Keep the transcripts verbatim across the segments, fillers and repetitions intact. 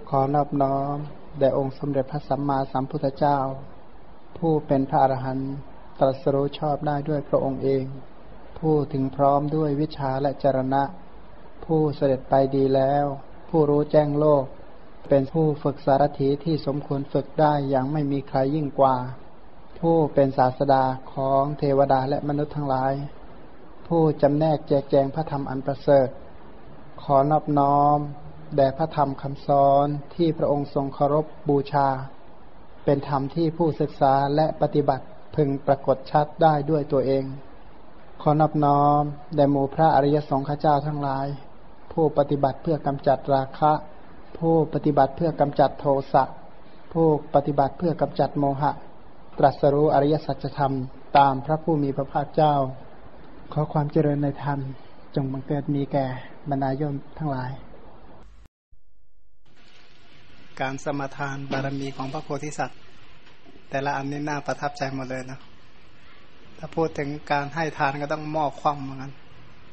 ขอนอบน้อมแด่องค์สมเด็จพระสัมมาสัมพุทธเจ้าผู้เป็นพระอรหันต์ตรัสรู้ชอบได้ด้วยพระองค์เองผู้ถึงพร้อมด้วยวิชชาและจรณะผู้เสด็จไปดีแล้วผู้รู้แจ้งโลกเป็นผู้ฝึกสารถีที่สมควรฝึกได้อย่างไม่มีใครยิ่งกว่าผู้เป็นศาสดาของเทวดาและมนุษย์ทั้งหลายผู้จำแนกแจกแจงพระธรรมอันประเสริฐขอนอบน้อมแด่พระธรรมคำสอนที่พระองค์ทรงเคารพบูชาเป็นธรรมที่ผู้ศึกษาและปฏิบัติพึงปรากฏชัดได้ด้วยตัวเองขอนอบน้อมแด่หมู่พระอริยสงฆ์เจ้าทั้งหลายผู้ปฏิบัติเพื่อกำจัดราคะผู้ปฏิบัติเพื่อกำจัดโทสะผู้ปฏิบัติเพื่อกำจัดโมหะตรัสรู้อริยสัจธรรมตามพระผู้มีพระภาคเจ้าขอความเจริญในธรรมจงบังเกิดมีแก่บรรดาโยมทั้งหลายการสมทานบารมีของพระโพธิสัตว์แต่ละอันนี้น่าประทับใจหมดเลยนะถ้าพูดถึงการให้ทานก็ต้องหม้อคว่ำเหมือนกัน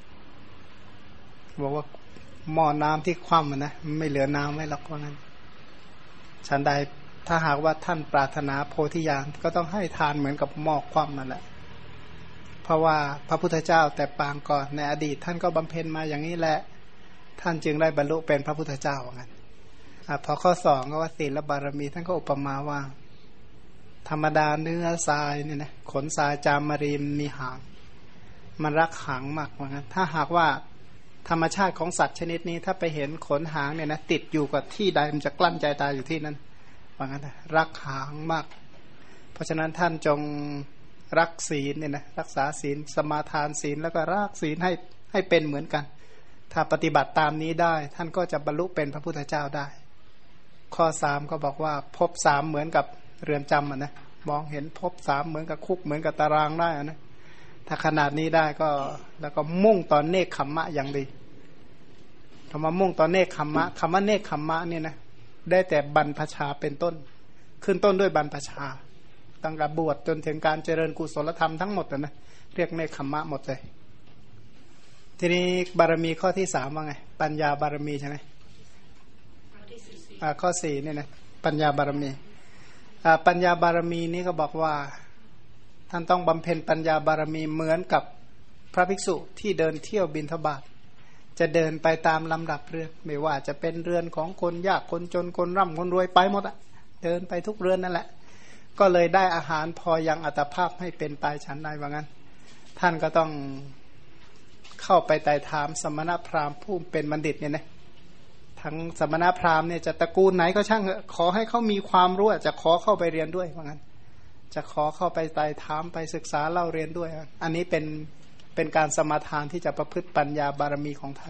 บอกว่าหม้อน้ำที่คว่ำมันนะไม่เหลือน้ำไม่หรอกว่างั้นฉันใดถ้าหากว่าท่านปรารถนาโพธิญาณก็ต้องให้ทานเหมือนกับหม้อคว่ำนั่นแหละเพราะว่าพระพุทธเจ้าแต่ปางก่อนในอดีตท่านก็บำเพ็ญมาอย่างนี้แหละท่านจึงได้บรรลุเป็นพระพุทธเจ้าว่างั้นอ่ะพอข้อสองก็ว่าศีลบารมีท่านก็อุปมาว่าธรรมดาเนื้อทรายเนี่ยนะขนทรายจามมารีมมีหางมันรักหางมากว่างั้นถ้าหากว่าธรรมชาติของสัตว์ชนิดนี้ถ้าไปเห็นขนหางเนี่ยนะติดอยู่กับที่ใดมันจะกลั้นใจตายอยู่ที่นั้นว่างั้นนะรักหางมากเพราะฉะนั้นท่านจงรักศีลเนี่ยนะรักษาศีลสมาทานศีลแล้วก็รักศีลให้ให้เป็นเหมือนกันถ้าปฏิบัติตามนี้ได้ท่านก็จะบรรลุเป็นพระพุทธเจ้าได้ข้อสามก็บอกว่าภพสามเหมือนกับเรือนจำอ่ะนะมองเห็นภพสามเหมือนกับคุกเหมือนกับตารางได้อ่ะนะถ้าขนาดนี้ได้ก็แล้วก็มุ่งต่อเนกขัมมะอย่างดีคำว่ามุ่งต่อเนกขัมมะคำว่าเนกขัมมะเนี่ยนะได้แต่บรรพชาเป็นต้นขึ้นต้นด้วยบรรพชาตั้งแต่บวชจนถึงการเจริญกุศลธรรมทั้งหมดอ่ะนะเรียกเนกขัมมะหมดเลยทีนี้บารมีข้อที่สามว่าไงปัญญาบารมีใช่ไหมข้อสี่เนี่ยนะปัญญาบารมีปัญญาบารมีนี้ก็บอกว่าท่านต้องบำเพ็ญปัญญาบารมีเหมือนกับพระภิกษุที่เดินเที่ยวบิณฑบาตจะเดินไปตามลำดับเรือนไม่ว่าจะเป็นเรือนของคนยากคนจนคนร่ำคนรวยไปหมดอะเดินไปทุกเรือนนั่นแหละก็เลยได้อาหารพอยังอัตภาพให้เป็นไปฉันใดว่างั้นท่านก็ต้องเข้าไปไต่ถามสมณพราหมณ์ผู้เป็นบัณฑิตเนี่ยนะทั้งสมณพราหมณ์เนี่ยจะตระกูลไหนก็ช่างขอให้เขามีความรู้จะขอเข้าไปเรียนด้วยว่างั้นจะขอเข้าไปไต่ถามไปศึกษาเล่าเรียนด้วยอันนี้เป็นเป็นการสมาทานที่จะประพฤติปัญญาบารมีของท่าน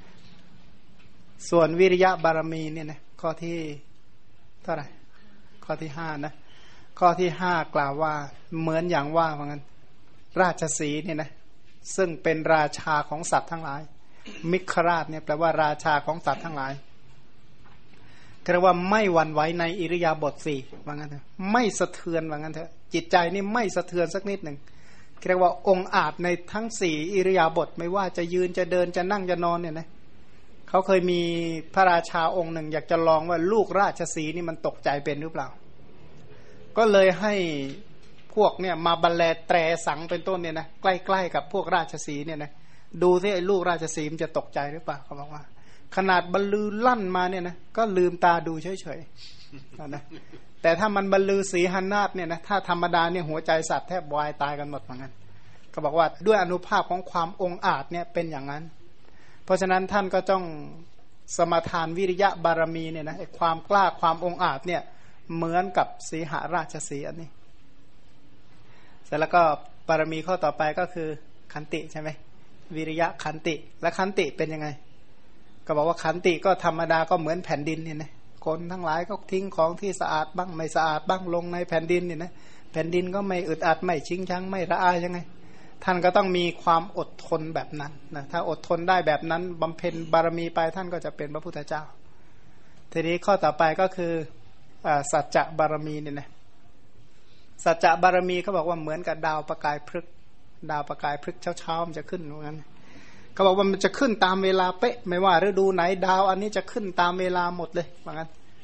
ส่วนวิริยะบารมีเนี่ยนะข้อที่เท่าไหร่ข้อที่ห้านะข้อที่ห้ากล่าวว่าเหมือนอย่างว่าว่างั้นราชสีห์เนี่ยนะซึ่งเป็นราชาของสัตว์ทั้งหลายมิคราชเนี่ยแปลว่าราชาของสัตว์ทั้งหลายเรียกว่าไม่หวั่นไหวในอิริยาบถสี่ว่างั้นเถอะไม่สะเทือนว่างั้นเถอะจิตใจนี่ไม่สะเทือนสักนิดหนึ่งเรียกว่าองค์อาจในทั้งสี่อิริยาบถไม่ว่าจะยืนจะเดินจะนั่งจะนอนเนี่ยนะเขาเคยมีพระราชาองค์หนึ่งอยากจะลองว่าลูกราชสีห์นี่มันตกใจเป็นหรือเปล่าก็เลยให้พวกเนี่ยมาบรรเลแตรสังเป็นต้นเนี่ยนะใกล้ๆกับพวกราชสีห์เนี่ยนะดูที่ไอ้ลูกราชสีห์มันจะตกใจหรือเปล่าเขาบอกว่าขนาดบรรลือลั่นมาเนี่ยนะก็ลืมตาดูเฉยๆนะแต่ถ้ามันบรรลือสีหนาฏเนี่ยนะถ้าธรรมดาเนี่ยหัวใจสัตว์แทบวายตายกันหมดเหมือนกันเขาบอกว่าด้วยอนุภาพของความองอาจเนี่ยเป็นอย่างนั้นเพราะฉะนั้นท่านก็ต้องสมาทานวิริยะบารมีเนี่ยนะไอ้ความกล้าความองอาจเนี่ยเหมือนกับสีหราชสีห์อันนี้เสร็จแล้วก็บารมีข้อต่อไปก็คือขันติใช่ไหมวิริยะขันติและขันติเป็นยังไงก็บอกว่าขันติก็ธรรมดาก็เหมือนแผ่นดินเนี่ยนะคนทั้งหลายก็ทิ้งของที่สะอาดบ้างไม่สะอาดบ้างลงในแผ่นดินเนี่ยนะแผ่นดินก็ไม่อึดอัดไม่ชิงชังไม่ระอายยังไงท่านก็ต้องมีความอดทนแบบนั้นนะถ้าอดทนได้แบบนั้นบำเพ็ญบารมีไปท่านก็จะเป็นพระพุทธเจ้าทีนี้ข้อต่อไปก็คือสัจจะบารมีเนี่ยนะสัจจะบารมีเขาบอกว่าเหมือนกับดาวประกายพฤกษ์ดาวประกายพฤกษ์เช้าๆมันจะขึ้นเหมือนกันเขาบอกว่ามันจะขึ้นตามเวลาเป๊ะไม่ว่าฤดูไหนดาวอันนี้จะขึ้นตามเวลาหมดเลยเหมือนกัน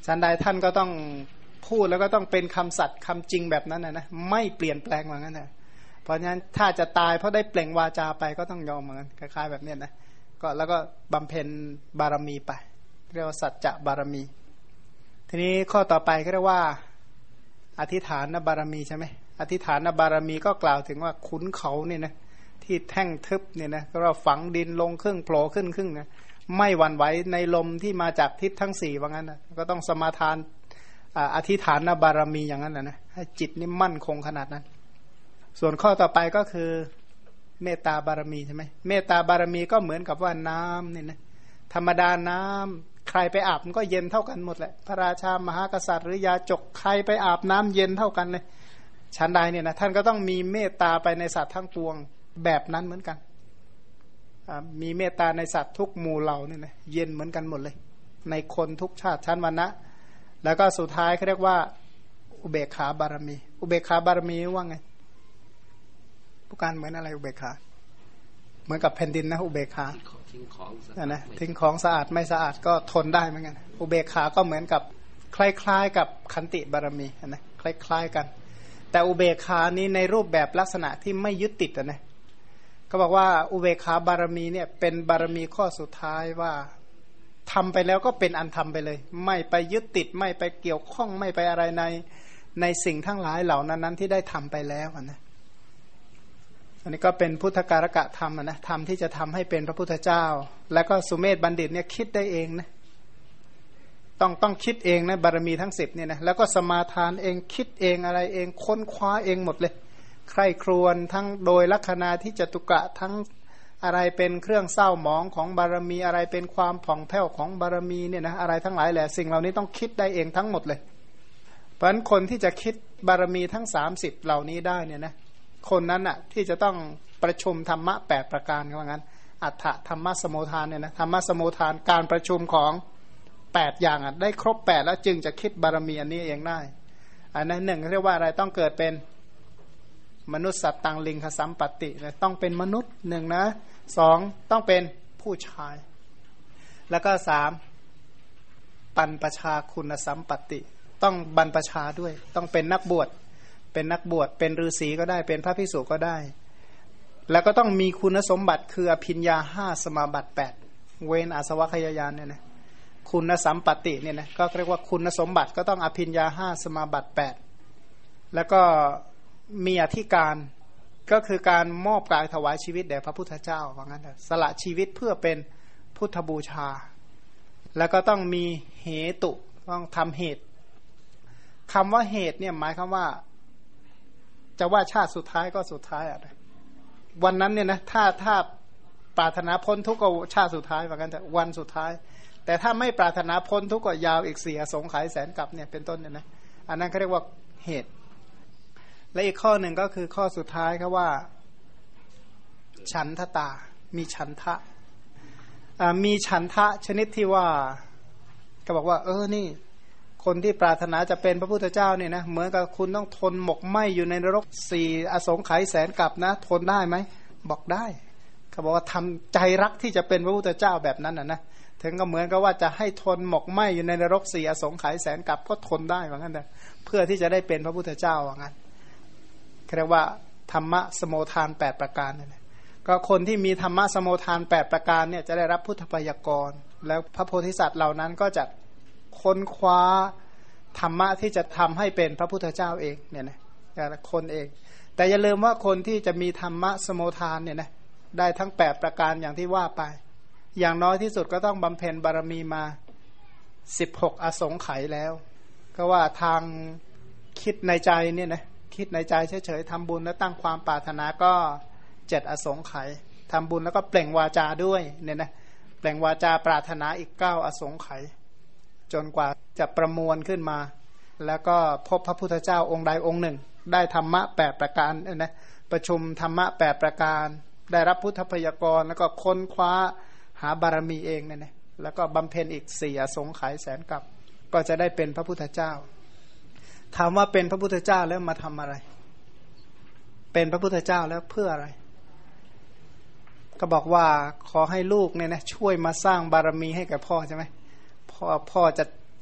ฉันใดท่านก็ต้องพูดแล้วก็ต้องเป็นคำสัตย์คำจริงแบบนั้นนะนะไม่เปลี่ยนแปลงเหมือนกันนะเพราะฉะนั้นถ้าจะตายเพราะได้เปล่งวาจาไปก็ต้องยอมเหมือนกันคล้ายๆแบบนี้นะก็แล้วก็บำเพ็ญบารมีไปเรียกว่าสัจจะบารมีทีนี้ข้อต่อไปก็เรียกว่าอธิฐานบารมีใช่ไหมอธิฐานบารมีก็กล่าวถึงว่าขุนเขาเนี่ยนะที่แท่งทึบเนี่ยนะก็เราฝังดินลงครึ่งโผล่ขึ้นครึ่งนะไม่หวั่นไหวในลมที่มาจากทิศทั้งสี่ว่างั้นนะก็ต้องสมาทานอธิฐานบารมีอย่างนั้นนะนะให้จิตนี่มั่นคงขนาดนั้นส่วนข้อต่อไปก็คือเมตตาบารมีใช่ไหมเมตตาบารมีก็เหมือนกับว่าน้ำเนี่ยนะธรรมดาน้ำใครไปอาบมันก็เย็นเท่ากันหมดแหละพระราชามหากษัตริย์หรือยาจกใครไปอาบน้ำเย็นเท่ากันเลยชั้นใดเนี่ยนะท่านก็ต้องมีเมตตาไปในสัตว์ทั้งปวงแบบนั้นเหมือนกันมีเมตตาในสัตว์ทุกหมู่เหล่านี่นะเย็นเหมือนกันหมดเลยในคนทุกชาติชั้นวรรณะแล้วก็สุดท้ายเขาเรียกว่าอุเบกขาบารมีอุเบกขาบารมีว่าไงผู้การเหมือนอะไรอุเบกขาเหมือนกับแผ่นดินนะอุเบกขาทิ้งของนะทิ้งของสะอาดไม่สะอาดก็ทนได้เหมือนกันอุเบกขาก็เหมือนกับคล้ายๆกับขันติบารมีนะคล้ายๆกันแต่อุเบกขานี้ในรูปแบบลักษณะที่ไม่ยึดติดนะก็บอกว่าอุเบกขาบารมีเนี่ยเป็นบารมีข้อสุดท้ายว่าทำไปแล้วก็เป็นอันทำไปเลยไม่ไปยึดติดไม่ไปเกี่ยวข้องไม่ไปอะไรในในสิ่งทั้งหลายเหล่านั้นที่ได้ทำไปแล้วนะอันนี้ก็เป็นพุทธการกะธรรมนะธรรมที่จะทำให้เป็นพระพุทธเจ้าแล้วก็สุเมธบัณฑิตเนี่ยคิดได้เองนะต้องต้องคิดเองนะบารมีทั้งสิบเนี่ยนะแล้วก็สมาทานเองคิดเองอะไรเองค้นคว้าเองหมดเลยใคร่ครวญทั้งโดยลักษณะที่จตุกะทั้งอะไรเป็นเครื่องเศร้าหมองของบารมีอะไรเป็นความผ่องแผ้วของบารมีเนี่ยนะอะไรทั้งหลายแหละสิ่งเหล่านี้ต้องคิดได้เองทั้งหมดเลยเพราะฉะนั้นคนที่จะคิดบารมีทั้งสามสิบเหล่านี้ได้เนี่ยนะคนนั้นอ่ะที่จะต้องประชุมธรรมะแปดประการว่างั้นอัฏฐธรรมะสมุทฐานเนี่ยนะธรรมะสมุทฐานการประชุมของแปดอย่างอ่ะได้ครบแปดแล้วจึงจะคิดบารมีอันนี้เองได้อันนั้นหนึ่งเรียกว่าอะไรต้องเกิดเป็นมนุษย์สัตตังลิงคสัมปติต้องเป็นมนุษย์หนึ่งนะสองต้องเป็นผู้ชายแล้วก็สามปันประชาคุณสัมปติต้องบรรพชาด้วยต้องเป็นนักบวชเป็นนักบวชเป็นฤาษีก็ได้เป็นพระภิกษุก็ได้แล้วก็ต้องมีคุณสมบัติคืออภิญญาห้าสมาบัติแปดเว้นอาสวะขยายานเนี่ยนะคุณสัมปติเนี่ยนะก็เรียกว่าคุณสมบัติก็ต้องอภิญญาห้าสมาบัติแปดแล้วก็มีอธิการก็คือการมอบกายถวายชีวิตแด่พระพุทธเจ้าว่างั้นสละชีวิตเพื่อเป็นพุทธบูชาแล้วก็ต้องมีเหตุต้องทำเหตุคำว่าเหตุเนี่ยหมายความว่าจะว่าชาติสุดท้ายก็สุดท้ายอ่ะวันนั้นเนี่ยนะถ้าถ้าปรารถนาพ้นทุกข์ก็ชาติสุดท้ายว่างั้นแต่วันสุดท้ายแต่ถ้าไม่ปรารถนาพ้นทุกข์ก็ยาวอีกเสียสงไขยแสนกับเนี่ยเป็นต้นเนี่ยนะอันนั้นเขาเรียกว่าเหตุและอีกข้อหนึ่งก็คือข้อสุดท้ายครับว่าฉันทตามีฉันทะมีฉันทะชนิดที่ว่าก็บอกว่าเออนี่คนที่ปรารถนาจะเป็นพระพุทธเจ้าเนี่ยนะเหมือนกับคุณต้องทนหมกไหมอยู่ในนรกสี่อสงไขยแสนกับนะทนได้ไหมบอกได้เขาบอกว่าทำใจรักที่จะเป็นพระพุทธเจ้าแบบนั้นนะนะถึงก็เหมือนกับว่าจะให้ทนหมกไหมอยู่ในนรกสี่อสงไขยแสนกับก็ทนได้เหมือนกันนะเพื่อที่จะได้เป็นพระพุทธเจ้าว่างั้นเรียกว่าธรรมะสโมทานแปดประการเนี่ยก็คนที่มีธรรมะสโมทานแปดประการเนี่ยจะได้รับพุทธพยากรแล้วพระโพธิสัตว์เหล่านั้นก็จะค้นคว้าธรรมะที่จะทำให้เป็นพระพุทธเจ้าเองเนี่ยนะแต่ละคนเองแต่อย่าลืมว่าคนที่จะมีธรรมะสโมทานเนี่ยนะได้ทั้งแปดประการอย่างที่ว่าไปอย่างน้อยที่สุดก็ต้องบำเพ็ญบารมีมาสิบหกอสงไขยแล้วก็ว่าทางคิดในใจเนี่ยนะคิดในใจเฉยๆทำบุญแล้วตั้งความปรารถนาก็เจ็ดอสงไขยทำบุญแล้วก็เปล่งวาจาด้วยเนี่ยนะเปล่งวาจาปรารถนาอีกเก้าอสงไขยจนกว่าจะประมวลขึ้นมาแล้วก็พบพระพุทธเจ้าองค์ใดองค์หนึ่งได้ธรรมะแปดประการเนี่ยนะประชุมธรรมะแปดประการได้รับพุทธพยากรแล้วก็ค้นคว้าหาบารมีเองเนี่ยนะแล้วก็บำเพ็ญอีกสี่อสงไขยแสนกับก็จะได้เป็นพระพุทธเจ้าถามว่าเป็นพระพุทธเจ้าแล้วมาทำอะไรเป็นพระพุทธเจ้าแล้วเพื่ออะไรก็บอกว่าขอให้ลูกเนี่ยนะช่วยมาสร้างบารมีให้กับพ่อใช่ไหมพ่อพ่อจะ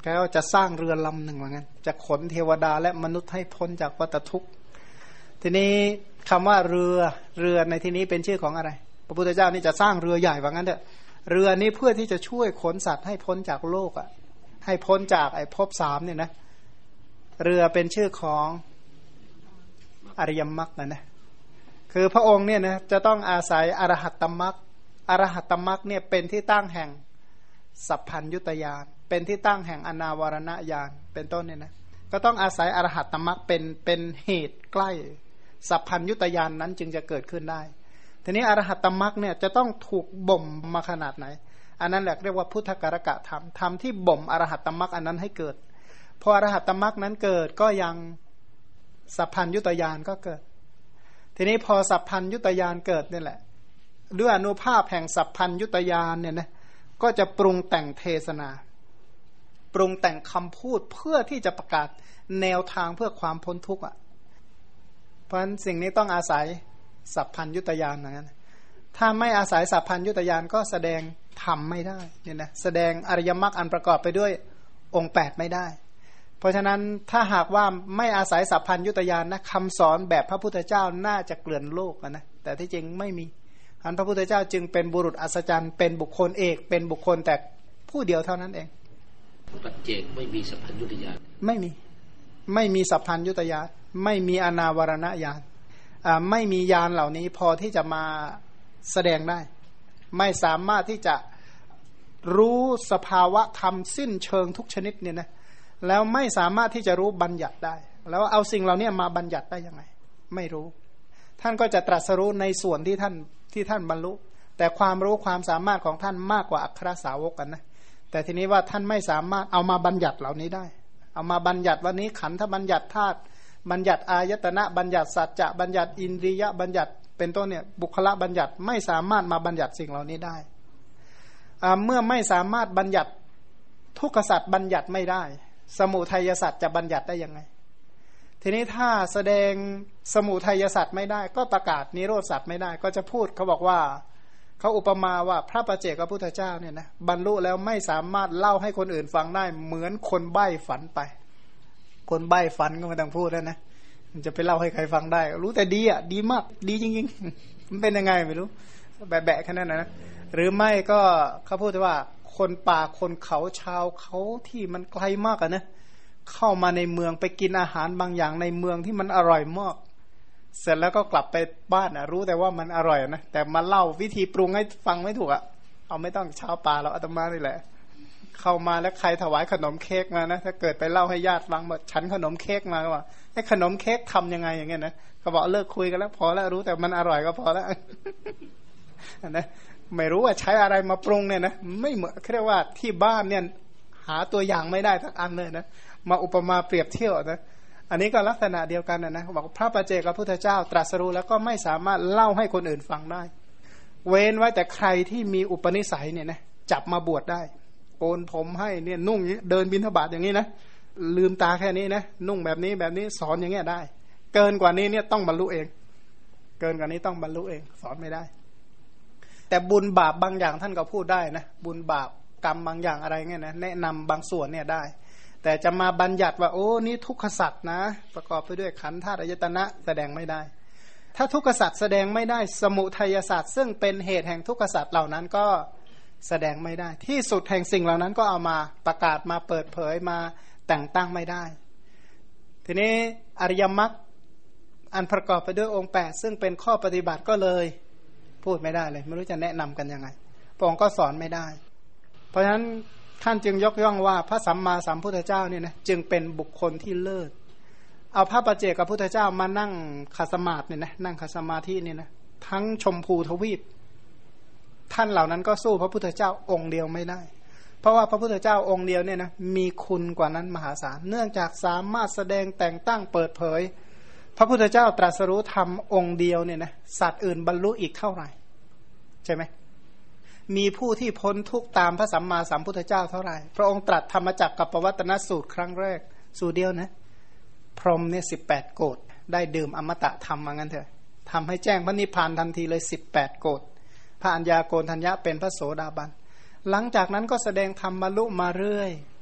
แกก็จะสร้างเรือลำหนึ่งว่างั้นจะขนเทวดาและมนุษย์ให้พ้นจากวัฏทุกข์ทีนี้คำว่าเรือเรือในที่นี้เป็นชื่อของอะไรพระพุทธเจ้านี่จะสร้างเรือใหญ่ว่างั้นเถอะเรือนี้เพื่อที่จะช่วยขนสัตว์ให้พ้นจากโลกอ่ะให้พ้นจากไอ้ภพสามเนี่ยนะเรือเป็นชื่อของอริยมรรคนะนะคือพระองค์เนี่ยนะจะต้องอาศัยอรหัตตมรรคอรหัตตมรรคเนี่ยเป็นที่ตั้งแห่งสัพพัญญุตญาณเป็นที่ตั้งแห่งอนาวรณญาณเป็นต้นเนี่ยนะก็ต้องอาศัยอรหัตตมรรคเป็นเป็นเหตุใกล้สัพพัญญุตญาณนั้นจึงจะเกิดขึ้นได้ทีนี้อรหัตตมรรคเนี่ยจะต้องถูกบ่มมาขนาดไหนอันนั้นแหละเรียกว่าพุทธกัรกะธรรมธรรมที่บ่มอรหัตตมรรคอันนั้นให้เกิดพออรหัตตมรรคนั้นเกิดก็ยังสัพพัญญุตญาณก็เกิดทีนี้พอสัพพัญญุตญาณเกิดนี่แหละด้วยอนุภาพแห่งสัพพัญญุตญาณเนี่ยนะก็จะปรุงแต่งเทศนาปรุงแต่งคำพูดเพื่อที่จะประกาศแนวทางเพื่อความพ้นทุกข์อ่ะเพราะฉะนั้นสิ่งนี้ต้องอาศัยสัพพัญญุตญาณอย่างนั้นถ้าไม่อาศัยสัพพัญญุตญาณก็แสดงธรรมไม่ได้เนี่ยนะแสดงอริยมรรคอันประกอบไปด้วยองค์แปดไม่ได้เพราะฉะนั้นถ้าหากว่าไม่อาศัยสัพพัญญุตญาณนะคำสอนแบบพระพุทธเจ้าน่าจะเกลื่อนโลกนะแต่ที่จริงไม่มีอันพระพุทธเจ้าจึงเป็นบุรุษอัศจรรย์เป็นบุคคลเอกเป็นบุคคลแต่ผู้เดียวเท่านั้นเองปัจเจกไม่มีสัพพัญญุตญาณไม่มีไม่มีสัพพัญญุตญาณไม่มีอนาวรณญาณอ่าไม่มีญาณเหล่านี้พอที่จะมาแสดงได้ไม่สามารถที่จะรู้สภาวะธรรมสิ้นเชิงทุกชนิดเนี่ยนะแล้วไม่สามารถที่จะรู้บัญญัติได้แล้วเอาสิ่งเหล่านี้มาบัญญัติได้ยังไงไม่รู้ท่านก็จะตรัสรู้ในส่วนที่ท่านที่ท่านบรรลุแต่ความรู้ความสามารถของท่านมากกว่าอัครสาวกกันนะแต่ทีนี้ว่าท่านไม่สามารถเอามาบัญญัติเหล่านี้ได้เอามาบัญญัติวันนี้ขันธบัญญัติธาตุบัญญัติอายตนะบัญญัติสัจจะบัญญัติอินทรียบัญญัติเป็นต้นเนี่ยบุคละบัญญัติไม่สามารถมาบัญญัติสิ่งเหล่านี้ได้เมื่อไม่สามารถบัญญัติทุกขสัจบัญญัติไม่ได้สมุทัยสัจจะบัญญัติได้ยังไงทีนี้ถ้าแสดงสมุทัยสัจไม่ได้ก็ประกาศนิโรธสัจไม่ได้ก็จะพูดเขาบอกว่าเขาอุปมาว่าพระปัจเจกพระพุทธเจ้าเนี่ยนะบรรลุแล้วไม่สามารถเล่าให้คนอื่นฟังได้เหมือนคนใบ้ฝันไปคนใบ้ฝันก็ไม่ต้องพูดแล้วนะมันจะไปเล่าให้ใครฟังได้รู้แต่ดีอ่ะดีมากดีจริงๆมันเป็นยังไงไม่รู้แบะๆแค่นั้นนะหรือไม่ก็เขาพูดว่าคนป่าคนเขาชาวเขาที่มันไกลมากอ่ะนะเข้ามาในเมืองไปกินอาหารบางอย่างในเมืองที่มันอร่อยมากเสร็จแล้วก็กลับไปบ้านอ่ะรู้แต่ว่ามันอร่อยนะแต่มาเล่าวิธีปรุงให้ฟังไม่ถูกอ่ะเอาไม่ต้องชาวป่าเราอาตมานี่แหละเข้ามาแล้วใครถวายขนมเค้กมานะถ้าเกิดไปเล่าให้ญาติฟังว่าฉันขนมเค้กมาว่าไอ้ขนมเค้กทำยังไงอย่างเงี้ยนะเขาบอกเลิกคุยกันแล้วพอแล้วรู้แต่มันอร่อยก็พอแล้วนะไม่รู้ว่าใช้อะไรมาปรุงเนี่ยนะไม่เหมือนเรียกว่าที่บ้านเนี่ยหาตัวอย่างไม่ได้สักอันเลยนะมาอุปมาเปรียบเทียบนะอันนี้ก็ลักษณะเดียวกันนะนะบอกพระปัจเจกพระพุทธเจ้าตรัสรู้แล้วก็ไม่สามารถเล่าให้คนอื่นฟังได้เว้นไว้แต่ใครที่มีอุปนิสัยเนี่ยนะจับมาบวชได้โกนผมให้เนี่ยนุ่งเดินบิณฑบาตอย่างนี้นะลืมตาแค่นี้นะนุ่งแบบนี้แบบนี้สอนอย่างเงี้ยได้เกินกว่านี้เนี่ยต้องบรรลุเองเกินกว่านี้ต้องบรรลุเองสอนไม่ได้แต่บุญบาปบางอย่างท่านก็พูดได้นะบุญบาปกรรมบางอย่างอะไรเงี้ยนะแนะนำบางส่วนเนี่ยได้แต่จะมาบัญญัติว่าโอ้นี่ทุกขสัจนะประกอบไปด้วยขันธ์ธาตุอายตนะแสดงไม่ได้ถ้าทุกขสัจแสดงไม่ได้สมุทัยสัจซึ่งเป็นเหตุแห่งทุกขสัจเหล่านั้นก็แสดงไม่ได้ที่สุดแห่งสิ่งเหล่านั้นก็เอามาประกาศมาเปิดเผยมาแต่งตั้งไม่ได้ทีนี้อริยมรรคอันประกอบไปด้วยองค์แปดซึ่งเป็นข้อปฏิบัติก็เลยพูดไม่ได้เลยไม่รู้จะแนะนำกันยังไงพระองค์ก็สอนไม่ได้เพราะฉะนั้นท่านจึงยกย่องว่าพระสัมมาสัมพุทธเจ้าเนี่ยนะจึงเป็นบุคคลที่เลิศเอาพระปัจเจกพระพุทธเจ้ามานั่งขัดสมาธิเนี่ยนะนั่งขัดสมาธิเนี่ยนะทั้งชมพูทวีปท่านเหล่านั้นก็สู้พระพุทธเจ้าองค์เดียวไม่ได้เพราะว่าพระพุทธเจ้าองค์เดียวเนี่ยนะมีคุณกว่านั้นมหาศาลเนื่องจากสามารถแสดงแต่งตั้งเปิดเผยพระพุทธเจ้าตรัสรู้ธรรมองค์เดียวเนี่ยนะสัตว์อื่นบรรลุอีกเท่าไหร่ใช่ไหมมีผู้ที่พ้นทุกข์ตามพระสัมมาสัมพุทธเจ้าเท่าไหร่พระองค์ตรัสธรรมจักรกับปวัตตนสูตรครั้งแรกสูตรเดียวนะพรหมเนี่ยสิบแปดโกฏได้ดื่มอมตะธรรมมางั้นเถอะทำให้แจ้งพระนิพพานทันทีเลยสิบแปดโกฏพระอัญญาโกณทัญญะเป็นพระโสดาบันหลังจากนั้นก็แสดงธรรมบรรลุมาเรื่อย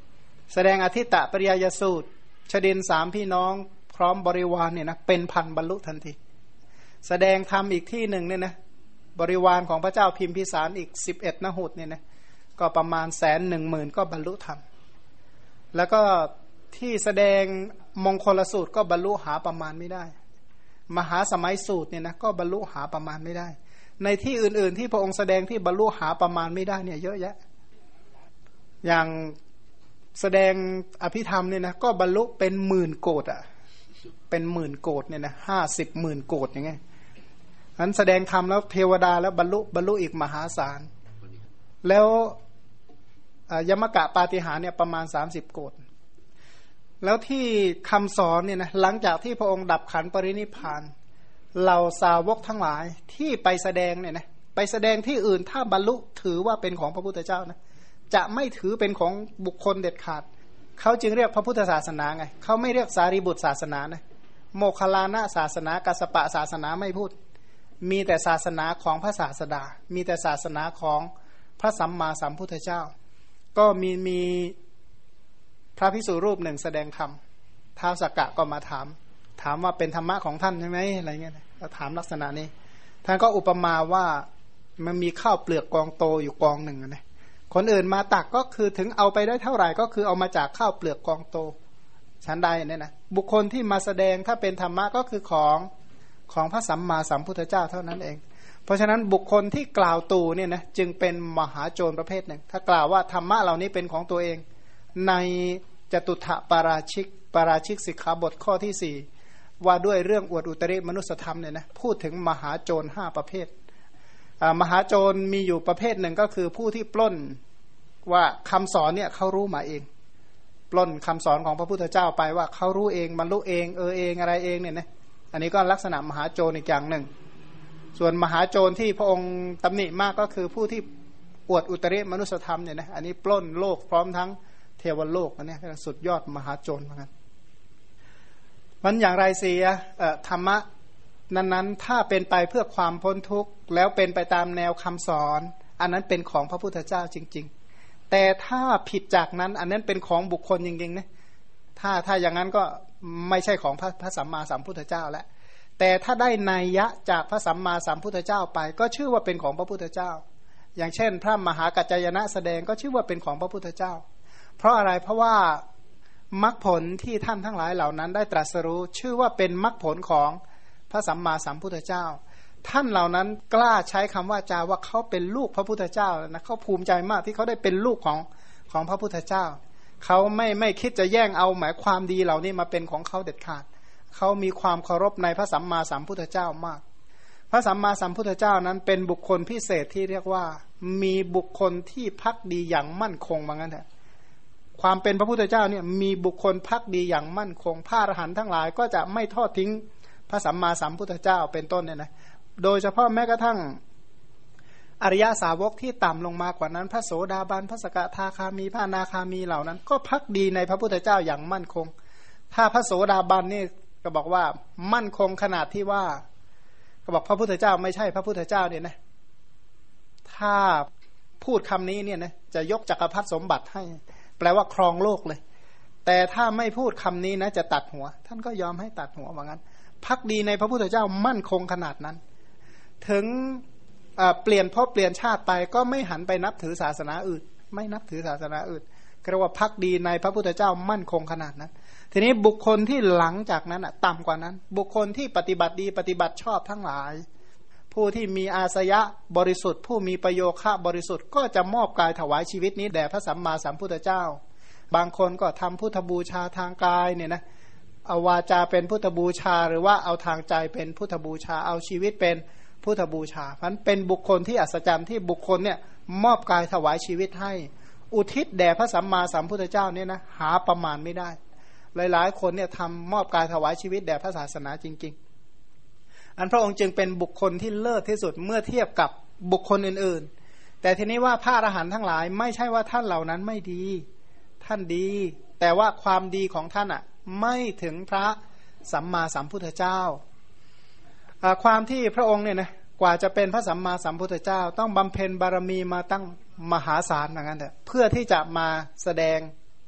แสดงอธิตตปริยายสูตรชดินสามพี่น้องพร้อมบริวารเนี่ยนะเป็นพันบรรลุทันทีแสดงธรรมอีกที่หนึ่งเนี่ยนะบริวารของพระเจ้าพิมพิสารอีกสิบเอ็ดนหุตเนี่ยนะก็ประมาณแสนหนึ่งหมื่นก็บรรลุธรรมแล้วก็ที่แสดงมงคลสูตรก็บรรลุหาประมาณไม่ได้มหาสมัยสูตรเนี่ยนะก็บรรลุหาประมาณไม่ได้ในที่อื่นๆที่พระองค์แสดงที่บรรลุหาประมาณไม่ได้เนี่ยเยอะแยะอย่างแสดงอภิธรรมเนี่ยนะก็บรรลุเป็นหมื่นโกฏอ่ะเป็นหมื่นโกฏเนี่ยนะห้าสิบหมื่นโกฏอย่างเงี้ยนั้นแสดงธรรมแล้วเทวดาแล้วบรรลุบรรลุอีกมหาศาลแล้วยมกะปาฏิหาริย์เนี่ยประมาณสามสิบโกฏแล้วที่คำสอนเนี่ยนะหลังจากที่พระองค์ดับขันธ์ปรินิพพานเหล่าสาวกทั้งหลายที่ไปแสดงเนี่ยนะไปแสดงที่อื่นถ้าบรรลุถือว่าเป็นของพระพุทธเจ้านะจะไม่ถือเป็นของบุคคลเด็ดขาดเขาจึงเรียกพระพุทธศาสนาไงเขาไม่เรียกสารีบุตรศาสนานะโมคคัลลานะศาสนากัสสปะศาสนาไม่พูดมีแต่ศาสนาของพระศาสดามีแต่ศาสนาของพระสัมมาสัมพุทธเจ้าก็มีมีพระภิกษุรูปหนึ่งแสดงธรรมท้าวสักกะก็มาถามถามว่าเป็นธรรมะของท่านใช่ไหมอะไรเงี้ยก็ถามลักษณะนี้ท่านก็อุปมาว่ามันมีข้าวเปลือกกองโตอยู่กองหนึ่งนะคนอื่นมาตักก็คือถึงเอาไปได้เท่าไหร่ก็คือเอามาจากข้าวเปลือกกองโตชั้นใดเนี่ยนะบุคคลที่มาแสดงถ้าเป็นธรรมะก็คือของของพระสัมมาสัมพุทธเจ้าเท่านั้นเองเพราะฉะนั้นบุคคลที่กล่าวตูเนี่ยนะจึงเป็นมหาโจรประเภทหนึ่งถ้ากล่าวว่าธรรมะเหล่านี้เป็นของตัวเองในจตุถะปาราชิกปาราชิกสิกขาบทข้อที่สี่ว่าด้วยเรื่องอวดอุตริมนุสธรรมเนี่ยนะพูดถึงมหาโจรห้าประเภทมหาโจรมีอยู่ประเภทหนึ่งก็คือผู้ที่ปล้นว่าคำสอนเนี่ยเขารู้มาเองปล้นคำสอนของพระพุทธเจ้าไปว่าเขารู้เองบรรลุเองเออเองอะไรเองเนี่ยนะอันนี้ก็ลักษณะมหาโจรอีกอย่างหนึ่งส่วนมหาโจรที่พระองค์ตำหนิมากก็คือผู้ที่อวดอุตริมนุสธรรมเนี่ยนะอันนี้ปล้นโลกพร้อมทั้งเทวโลกอันนี้สุดยอดมหาโจรเหมือนกันมันอย่างไรเสียธรรมะนั้นๆถ้าเป็นไปเพื่อความพ้นทุกข์แล้วเป็นไปตามแนวคำสอนอันนั้นเป็นของพระพุทธเจ้าจริงๆแต่ถ้าผิดจากนั้นอันนั้นเป็นของบุคคลจริงๆนะถ้าถ้าอย่างนั้นก็ไม่ใช่ของพระพระสัมมาสัมพุทธเจ้าแล้วแต่ถ้าได้นัยยะจากพระสัมมาสัมพุทธเจ้าไปก็ชื่อว่าเป็นของพระพุทธเจ้าอย่างเช่นพระมหากัจจายนะแสดงก็ชื่อว่าเป็นของพระพุทธเจ้าเพราะอะไรเพราะว่ามรรคผลที่ท่านทั้งหลายเหล่านั้นได้ตรัสรู้ชื่อว่าเป็นมรรคผลของพระสัมมาสัมพุทธเจ้าท่านเหล่านั้นกล้าใช้คำว่าจาว่าเขาเป็นลูกพระพุทธเจ้านะเขาภูมิใจมากที่เขาได้เป็นลูกของของพระพุทธเจ้าเขาไม่ไม่คิดจะแย่งเอาหมายความดีเหล่านี้มาเป็นของเขาเด็ดขาดเขามีความเคารพในพระสัมมาสัมพุทธเจ้ามากพระสัมมาสัมพุทธเจ้านั้นเป็นบุคคลพิเศษที่เรียกว่ามีบุคคลที่ภักดีอย่างมั่นคงว่างั้นเถอะความเป็นพระพุทธเจ้าเนี่ยมีบุคคลภักดีอย่างมั่นคงพระอรหันต์ทั้งหลายก็จะไม่ทอดทิ้งพระสัมมาสัมพุทธเจ้าเป็นต้นเนี่ยนะโดยเฉพาะแม้กระทั่งอริยสาวกที่ต่ำลงมากว่านั้นพระโสดาบันพระสกทาคามีพระอนาคามีเหล่านั้นก็ภักดีในพระพุทธเจ้าอย่างมั่นคงถ้าพระโสดาบันนี่ก็บอกว่ามั่นคงขนาดที่ว่าก็บอกพระพุทธเจ้าไม่ใช่พระพุทธเจ้าเนี่ยนะถ้าพูดคำนี้เนี่ยนะจะยกจักรพรรดิสมบัติให้แปลว่าครองโลกเลยแต่ถ้าไม่พูดคำนี้นะจะตัดหัวท่านก็ยอมให้ตัดหัวว่างั้นภักดีในพระพุทธเจ้ามั่นคงขนาดนั้นถึงเปลี่ยนภพเปลี่ยนชาติไปก็ไม่หันไปนับถือศาสนาอื่นไม่นับถือศาสนาอื่นเรียกว่าภักดีในพระพุทธเจ้ามั่นคงขนาดนั้นทีนี้บุคคลที่หลังจากนั้นอ่ะต่ำกว่านั้นบุคคลที่ปฏิบัติดีปฏิบัติชอบทั้งหลายผู้ที่มีอาสยะบริสุทธิ์ผู้มีประโยคะบริสุทธิ์ก็จะมอบกายถวายชีวิตนี้แด่พระสัมมาสัมพุทธเจ้าบางคนก็ทำพุทธบูชาทางกายเนี่ยนะเอาวาจาเป็นพุทธบูชาหรือว่าเอาทางใจเป็นพุทธบูชาเอาชีวิตเป็นพุทธบูชาเพราะนั้นเป็นบุคคลที่อัศจรรย์ที่บุคคลเนี่ยมอบกายถวายชีวิตให้อุทิศแด่พระสัมมาสัมพุทธเจ้าเนี่ยนะหาประมาณไม่ได้หลายๆคนเนี่ยทำมอบกายถวายชีวิตแด่พระศาสนาจริงๆอันพระองค์จึงเป็นบุคคลที่เลิศที่สุดเมื่อเทียบกับบุคคลอื่นๆแต่ทีนี้ว่าพระอรหันต์ทั้งหลายไม่ใช่ว่าท่านเหล่านั้นไม่ดีท่านดีแต่ว่าความดีของท่านอ่ะไม่ถึงพระสัมมาสัมพุทธเจ้าความที่พระองค์เนี่ยนะกว่าจะเป็นพระสัมมาสัมพุทธเจ้าต้องบำเพ็ญบารมีมาตั้งมหาศาลอย่างนั้นเถอะเพื่อที่จะมาแสดง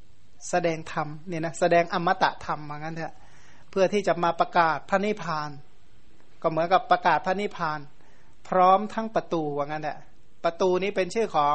แสดงธรรมเนี่ยนะแสดงอมตะธรรมว่างั้นเถอะเพื่อที่จะมาประกาศพระนิพพานก็เหมือนกับประกาศพระนิพพานพร้อมทั้งประตูว่างั้นแหละประตูนี้เป็นชื่อของ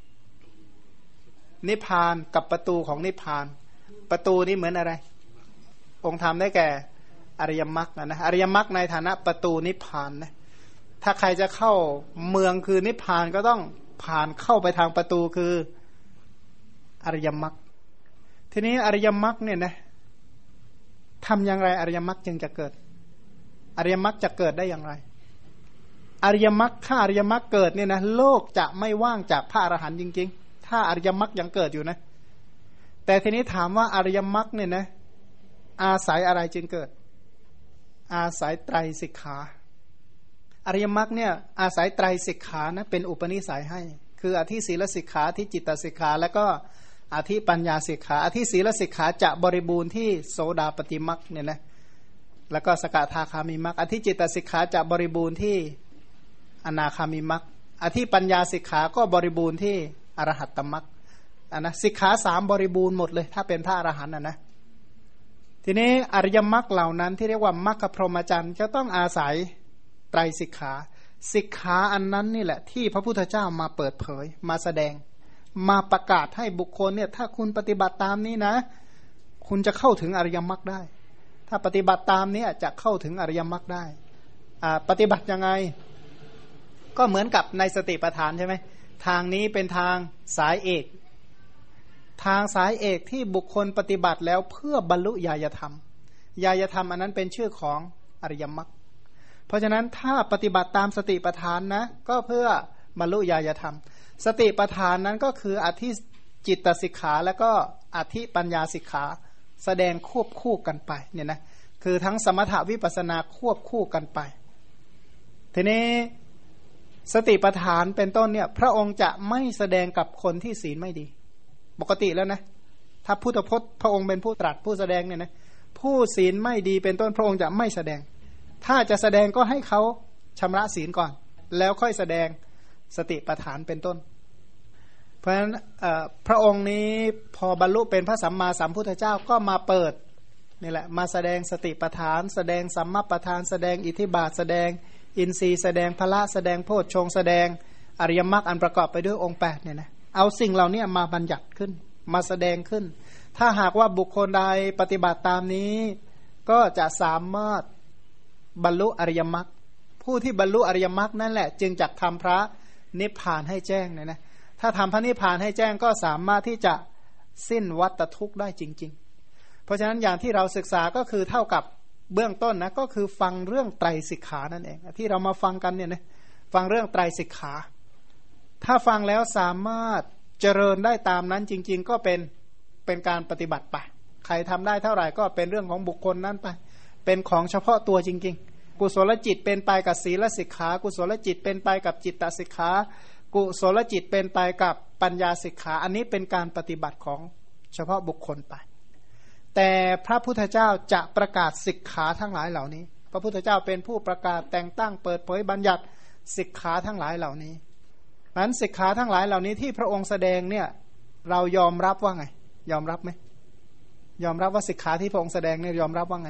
นิพพานกับประตูของนิพพานประตูนี้เหมือนอะไรองค์ธรรมได้แก่อริยมรรคนะอริยมรรคในฐานะประตูนิพพานนะถ้าใครจะเข้าเมืองคือนิพพานก็ต้องผ่านเข้าไปทางประตูคืออริยมรรคทีนี้อริยมรรคเนี่ยนะทำอย่างไรอริยมรรคจึงจะเกิดอริยมรรคจะเกิดได้อย่างไรอริยมรรคถ้าอริยมรรคเกิดเนี่ยนะโลกจะไม่ว่างจากพระอรหันต์จริงๆถ้าอริยมรรคยังเกิดอยู่นะแต่ทีนี้ถามว่าอริยมรรคเนี่ยนะอาศัยอะไรจึงเกิดอาศัยไตรสิกขาอริยมรรคเนี่ยอาศัยไตรสิกขานะเป็นอุปนิสัยให้คืออธิศีลสิกขาอธิจิตตสิกขาแล้วก็อธิปัญญาสิกขาอธิศีลสิกขาจะบริบูรณ์ที่โสดาปฏิมรรคเนี่ยนะแล้วก็สกทาคามิมรรคอธิจิตตสิกขาจะบริบูรณ์ที่อนาคามิมรรคอธิปัญญาสิกขาก็บริบูรณ์ที่อรหัตตมรรคอันนะสิกขาสามบริบูรณ์หมดเลยถ้าเป็นพระอรหันต์นะนะทีนี้อริยมรรคเหล่านั้นที่เรียกว่ามรรคพรหมจรรย์จะต้องอาศัยไตรสิกขาสิกขาอันนั้นนี่แหละที่พระพุทธเจ้ามาเปิดเผยมาแสดงมาประกาศให้บุคคลเนี่ยถ้าคุณปฏิบัติตามนี้นะคุณจะเข้าถึงอริยมรรคได้ถ้าปฏิบัติตามนี้จะเข้าถึงอริยมรรคได้อ่าปฏิบัติยังไงก็เหมือนกับในสติปัฏฐานใช่ไหมทางนี้เป็นทางสายเอกทางสายเอกที่บุคคลปฏิบัติแล้วเพื่อบรรลุญาณธรรมญาณธรรมอันนั้นเป็นชื่อของอริยมรรคเพราะฉะนั้นถ้าปฏิบัติตามสติปัฏฐานนะก็เพื่อบรรลุญาณธรรมสติปัฏฐานนั้นก็คืออธิจิตตสิกขาแล้วก็อธิปัญญาสิกขาแสดงควบคู่กันไปเนี่ยนะคือทั้งสมถะวิปัสสนาควบคู่กันไปทีนี้สติปัฏฐานเป็นต้นเนี่ยพระองค์จะไม่แสดงกับคนที่ศีลไม่ดีปกติแล้วนะถ้าพุทธพจน์พระองค์เป็นผู้ตรัสผู้แสดงเนี่ยนะผู้ศีลไม่ดีเป็นต้นพระองค์จะไม่แสดงถ้าจะแสดงก็ให้เขาชำระศีลก่อนแล้วค่อยแสดงสติปัฏฐานเป็นต้นเพราะฉะนั้นพระองค์นี้พอบรรลุเป็นพระสัมมาสัมพุทธเจ้าก็มาเปิดนี่แหละมาแสดงสติปัฏฐานแสดงสัมมัปปทานแสดงอิทธิบาทแสดงอินทรีย์แสดงพละแสดงโพชฌงค์แสดงอริยมรรคอันประกอบไปด้วยองค์แปดเนี่ยนะเอาสิ่งเหล่านี้มาบัญญัติขึ้นมาแสดงขึ้นถ้าหากว่าบุคคลใดปฏิบัติตามนี้ก็จะสามารถบรรลุอริยมรรคผู้ที่บรรลุอริยมรรคนั่นแหละจึงจักทำพระนิพพานให้แจ้งเนี่ยนะถ้าทำพระนิพพานให้แจ้งก็สามารถที่จะสิ้นวัฏทุกข์ได้จริงๆเพราะฉะนั้นอย่างที่เราศึกษาก็คือเท่ากับเบื้องต้นนะก็คือฟังเรื่องไตรสิกขานั่นเองที่เรามาฟังกันเนี่ยนะฟังเรื่องไตรสิกขาถ้าฟังแล้วสามารถเจริญได้ตามนั้นจริงๆก็เป็นเป็นการปฏิบัติไปใครทำได้เท่าไหร่ก็เป็นเรื่องของบุคคลนั้นไปเป็นของเฉพาะตัวจริงๆกุศลจิตเป็นไปกับศีลสิกขากุศลจิตเป็นไปกับจิตตสิกขากุศลจิตเป็นไปกับปัญญาสิกขาอันนี้เป็นการปฏิบัติของเฉพาะบุคคลไปแต่พระพุทธเจ้าจะประกาศสิกขาทั้งหลายเหล่านี้พระพุทธเจ้าเป็นผู้ประกาศแต่งตั้งเปิดเผยบัญญัติสิกขาทั้งหลายเหล่านี้นั้นสิกขาทั้งหลายเหล่านี้ที่พระองค์แสดงเนี่ยเรายอมรับว่าไงยอมรับไหมยอมรับว่าสิกขาที่พระองค์แสดงเนี่ยยอมรับว่าไง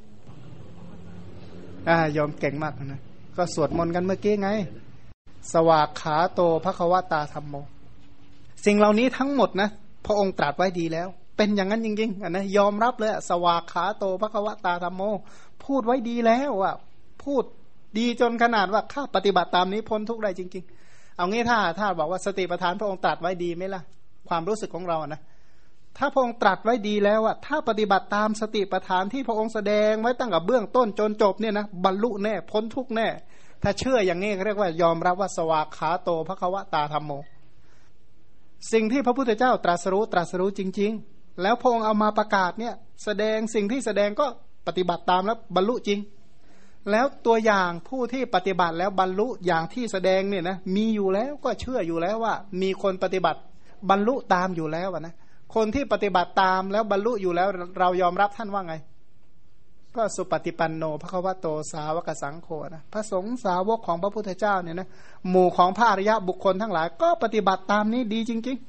อ่ายอมเก่งมากนะก็สวดมนต์กันเมื่อกี้ไงสวากขาโตภควตาธัมโมสิ่งเหล่านี้ทั้งหมดนะพระองค์ตรัสไว้ดีแล้วเป็นอย่างนั้นจริงๆนะยอมรับเลยสวากขาโตภควตาธัมโมพูดไว้ดีแล้วอ่ะพูดดีจนขนาดว่าข้าปฏิบัติตามนี้พ้นทุกข์ได้จริงๆเอางี้ถ้าถ้าบอกว่าสติปัฏฐานพระองค์ตรัสไว้ดีไหมล่ะความรู้สึกของเรานะถ้าพระองค์ตรัสไว้ดีแล้วอ่ะถ้าปฏิบัติตามสติปัฏฐานที่พระองค์แสดงไว้ตั้งแต่เบื้องต้นจนจบเนี่ยนะบรรลุแน่พ้นทุกข์แน่ถ้าเชื่ออย่างนี้เรียกว่ายอมรับว่าสวากขาโตภควตาธัมโมสิ่งที่พระพุทธเจ้าตรัสรู้ตรัสรู้จริงๆแล้วพระองค์เอามาประกาศเนี่ยแสดงสิ่งที่แสดงก็ปฏิบัติตามแล้วบรรลุจริงแล้วตัวอย่างผู้ที่ปฏิบัติแล้วบรรลุอย่างที่แสดงเนี่ยนะมีอยู่แล้วก็เชื่ออยู่แล้วว่ามีคนปฏิบัติบรรลุตามอยู่แล้วนะคนที่ปฏิบัติตามแล้วบรรลุอยู่แล้วเรายอมรับท่านว่าไงก็สุปฏิปันโนภควโตสาวกสังโฆนะพระสงฆ์สาวกของพระพุทธเจ้าเนี่ยนะหมู่ของพระอริยะบุคคลทั้งหลายก็ปฏิบัติตามนี้ดีจริง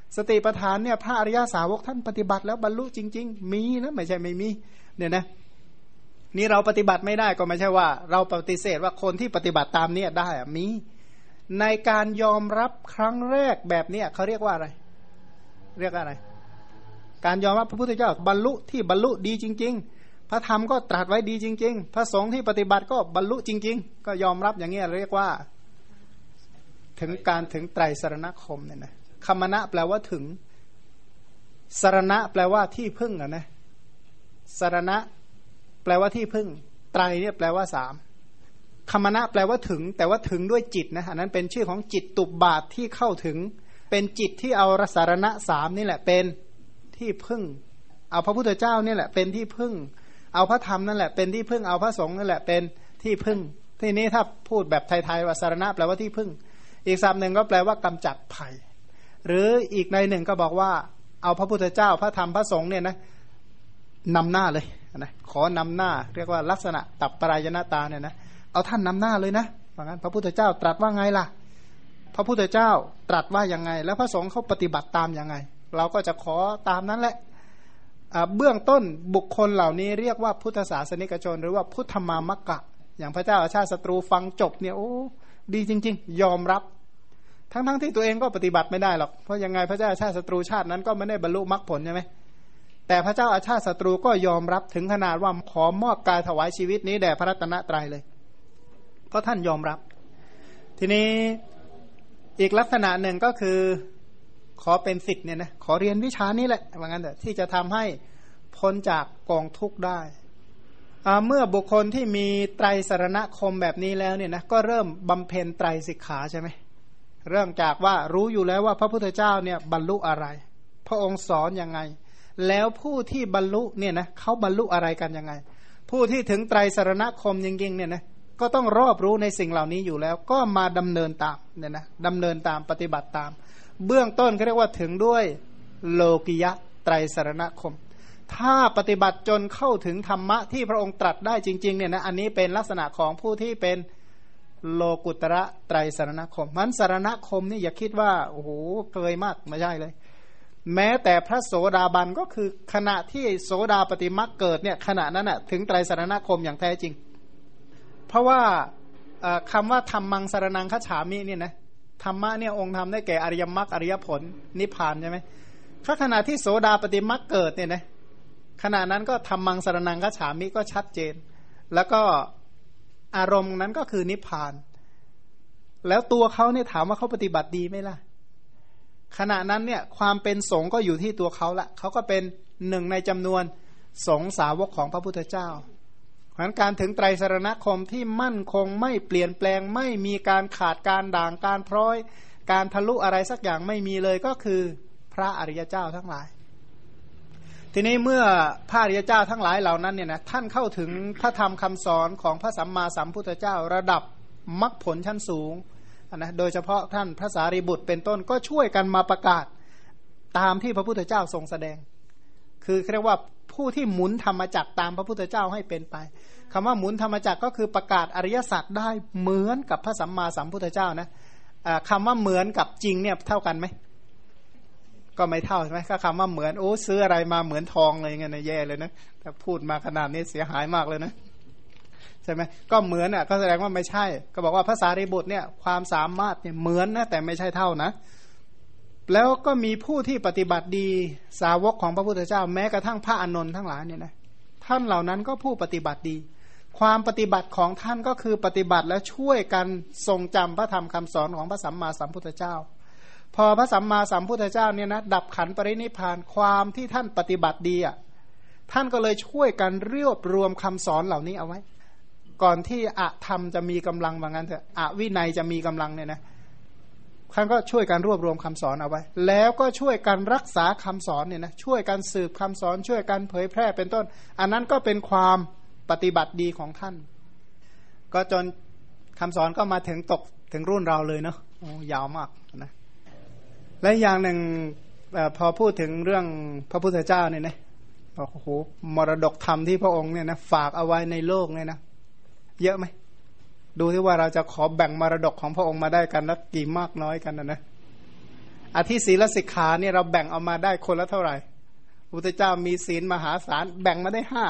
สติปัฏฐานเนี่ยพระอริยสาวกท่านปฏิบัติแล้วบรรลุจริงๆมีนะไม่ใช่ไม่มีเนี่ยนะนี่เราปฏิบัติไม่ได้ก็ไม่ใช่ว่าเราปฏิเสธว่าคนที่ปฏิบัติตามเนี่ยได้อะมีในการยอมรับครั้งแรกแบบนี้เขาเรียกว่าอะไรเรียกอะไรการยอมรับพระพุทธเจ้าบรรลุที่บรรลุดีจริงๆพระธรรมก็ตรัสไว้ดีจริงๆพระสงฆ์ที่ปฏิบัติก็บรรลุจริงๆก็ยอมรับอย่างนี้เรียกว่าถึงการถึงไตรสรณคมเนี่ยนะคมนะแปลว่าถึงสรณะแปลว่าที่พึ่งอ่ะนะสรณะแปลว่าที่พึ่งไตรเนี่ยแปลว่าสามคมนะแปลว่าถึงแต่ว่าถึงด้วยจิตนะอันนั้นเป็นชื่อของจิตตุบบาทที่เข้าถึงเป็นจิตที่เอาสารณะสามนี่แหละเป็นที่พึ่งเอาพระพุทธเจ้านี่แหละเป็นที่พึ่งเอาพระธรรมนั่นแหละเป็นที่พึ่งเอาพระสงฆ์นั่นแหละเป็นที่พึ่งทีนี้ถ้าพูดแบบไทยๆว่าสารณะแปลว่าที่พึ่งอีกศัพท์หนึ่งก็แปลว่ากำจัดภัยหรืออีกในหนึ่งก็บอกว่าเอาพระพุทธเจ้าพระธรรมพระสงฆ์เนี่ยนะนำหน้าเลยนะขอนำหน้าเรียกว่าลักษณะตับปรายณตาเนี่ยนะเอาท่านนำหน้าเลยนะเพราะงั้นพระพุทธเจ้าตรัสว่าไงล่ะพระพุทธเจ้าตรัสว่ายังไงแล้วพระสงฆ์เขาปฏิบัติตามยังไงเราก็จะขอตามนั้นแหละเบื้องต้นบุคคลเหล่านี้เรียกว่าพุทธศาสนิกชนหรือว่าพุทธมามกะอย่างพระเจ้าอาชาติศัตรูฟังจบเนี่ยโอ้ดีจริงๆยอมรับทั้งๆ ที่ตัวเองก็ปฏิบัติไม่ได้หรอกเพราะยังไงพระเจ้าอาชาติศัตรูชาตินั้นก็ไม่ได้บรรลุมรรคผลใช่ไหมแต่พระเจ้าอาชาติศัตรูก็ยอมรับถึงขนาดว่าขอมอบกายถวายชีวิตนี้แด่พระรัตนตรัยเลยเพราะท่านยอมรับทีนี้อีกลักษณะหนึ่งก็คือขอเป็นศิษย์เนี่ยนะขอเรียนวิชานี้แหละว่างั้นเถอะที่จะทำให้พ้นจากกองทุกข์ได้เมื่อบุคคลที่มีไตรสรณคมแบบนี้แล้วเนี่ยนะก็เริ่มบำเพ็ญไตรสิกขาใช่ไหมเริ่มจากว่ารู้อยู่แล้วว่าพระพุทธเจ้าเนี่ยบรรลุอะไรพระองค์สอนยังไงแล้วผู้ที่บรรลุเนี่ยนะเขาบรรลุอะไรกันยังไงผู้ที่ถึงไตรสรณคมจริงๆเนี่ยนะก็ต้องรอบรู้ในสิ่งเหล่านี้อยู่แล้วก็มาดำเนินตามเนี่ยนะดำเนินตามปฏิบัติตามเบื้องต้นเขาเรียกว่าถึงด้วยโลกิยะไตรสรณคมถ้าปฏิบัติจนเข้าถึงธรรมะที่พระองค์ตรัสได้จริงๆเนี่ยนะอันนี้เป็นลักษณะของผู้ที่เป็นโลกุตระไตรสรณคมมันสรณคมนี่อย่าคิดว่าโอ้โหเกยมากไม่ใช่เลยแม้แต่พระโสดาบันก็คือขณะที่โสดาปฏิมรรคเกิดเนี่ยขณะนั้นน่ะถึงไตรสรณคมอย่างแท้จริงเพราะว่าคำว่าธรรมังสรณังคัจฉามิเนี่ยนะธรรมะเนี่ยองค์ธรรมได้แก่อริยมรรคอริยผลนิพพานใช่ไหมถ้าขณะที่โสดาปฏิมรรคเกิดเนี่ยนะขณะนั้นก็ธรรมังสรณังคัจฉามิก็ชัดเจนแล้วก็อารมณ์นั้นก็คือนิพพานแล้วตัวเขาเนี่ยถามว่าเขาปฏิบัติดีไหมล่ะขณะนั้นเนี่ยความเป็นสงฆ์ก็อยู่ที่ตัวเขาละเขาก็เป็นหนึ่งในจำนวนสงฆ์สาวกของพระพุทธเจ้าเพราะฉะนั้นการถึงไตรสรณคมที่มั่นคงไม่เปลี่ยนแปลงไม่มีการขาดการด่างการพร้อยการทะลุอะไรสักอย่างไม่มีเลยก็คือพระอริยเจ้าทั้งหลายทีนี้เมื่อพระอริยเจ้าทั้งหลายเหล่านั้นเนี่ยนะท่านเข้าถึงพระธรรมคำสอนของพระสัมมาสัมพุทธเจ้าระดับมรรคผลชั้นสูงนะโดยเฉพาะท่านพระสารีบุตรเป็นต้นก็ช่วยกันมาประกาศตามที่พระพุทธเจ้าทรงแสดงคือเรียกว่าผู้ที่หมุนธรรมจักรตามพระพุทธเจ้าให้เป็นไปคำว่าหมุนธรรมจักรก็คือประกาศอริยสัจได้เหมือนกับพระสัมมาสัมพุทธเจ้านะคำว่าเหมือนกับจริงเนี่ยเท่ากันไหมก็ไม่เท่าใช่ไหมถ้าคำว่าเหมือนโอ้ซื้ออะไรมาเหมือนทองอะไรเงี้ยนะแย่เลยนะถ้าพูดมาขนาดนี้เสียหายมากเลยนะใช่ไหมก็เหมือนอ่ะก็แสดงว่าไม่ใช่ก็บอกว่าพระสารีบุตรเนี่ยความสามารถเนี่ยเหมือนนะแต่ไม่ใช่เท่านะแล้วก็มีผู้ที่ปฏิบัติดีสาวกของพระพุทธเจ้าแม้กระทั่งพระอานนท์ทั้งหลายเนี่ยนะท่านเหล่านั้นก็ผู้ปฏิบัติดีความปฏิบัติของท่านก็คือปฏิบัติและช่วยกันทรงจำพระธรรมคำสอนของพระสัมมาสัมพุทธเจ้าพอพระสัมมาสัมพุทธเจ้าเนี่ยนะดับขันธ์ปรินิพพานความที่ท่านปฏิบัติดีอ่ะท่านก็เลยช่วยกันรวบรวมคำสอนเหล่านี้เอาไว้ก่อนที่อธรรมจะมีกำลังว่างั้นเถอะอวินัยจะมีกำลังเนี่ยนะท่านก็ช่วยกันรวบรวมคำสอนเอาไว้แล้วก็ช่วยกันรักษาคำสอนเนี่ยนะช่วยกันสืบคำสอนช่วยกันเผยแพร่เป็นต้นอันนั้นก็เป็นความปฏิบัติดีของท่านก็จนคำสอนก็มาถึงตกถึงรุ่นเราเลยเนาะโอ้ยาวมากนะและอย่างหนึ่งพอพูดถึงเรื่องพระพุทธเจ้าเนี่ยนะโอ้โหมรดกธรรมที่พระองค์เนี่ยนะฝากเอาไว้ในโลกเนี่ยนะเยอะไหมดูที่ว่าเราจะขอแบ่งมรดกของพระองค์มาได้กันแล้วกี่มากน้อยกันนะนะอธิศีลสิกขาเนี่ยเราแบ่งเอามาได้คนละเท่าไหร่พระพุทธเจ้ามีศีลมหาศาลแบ่งมาได้ห้า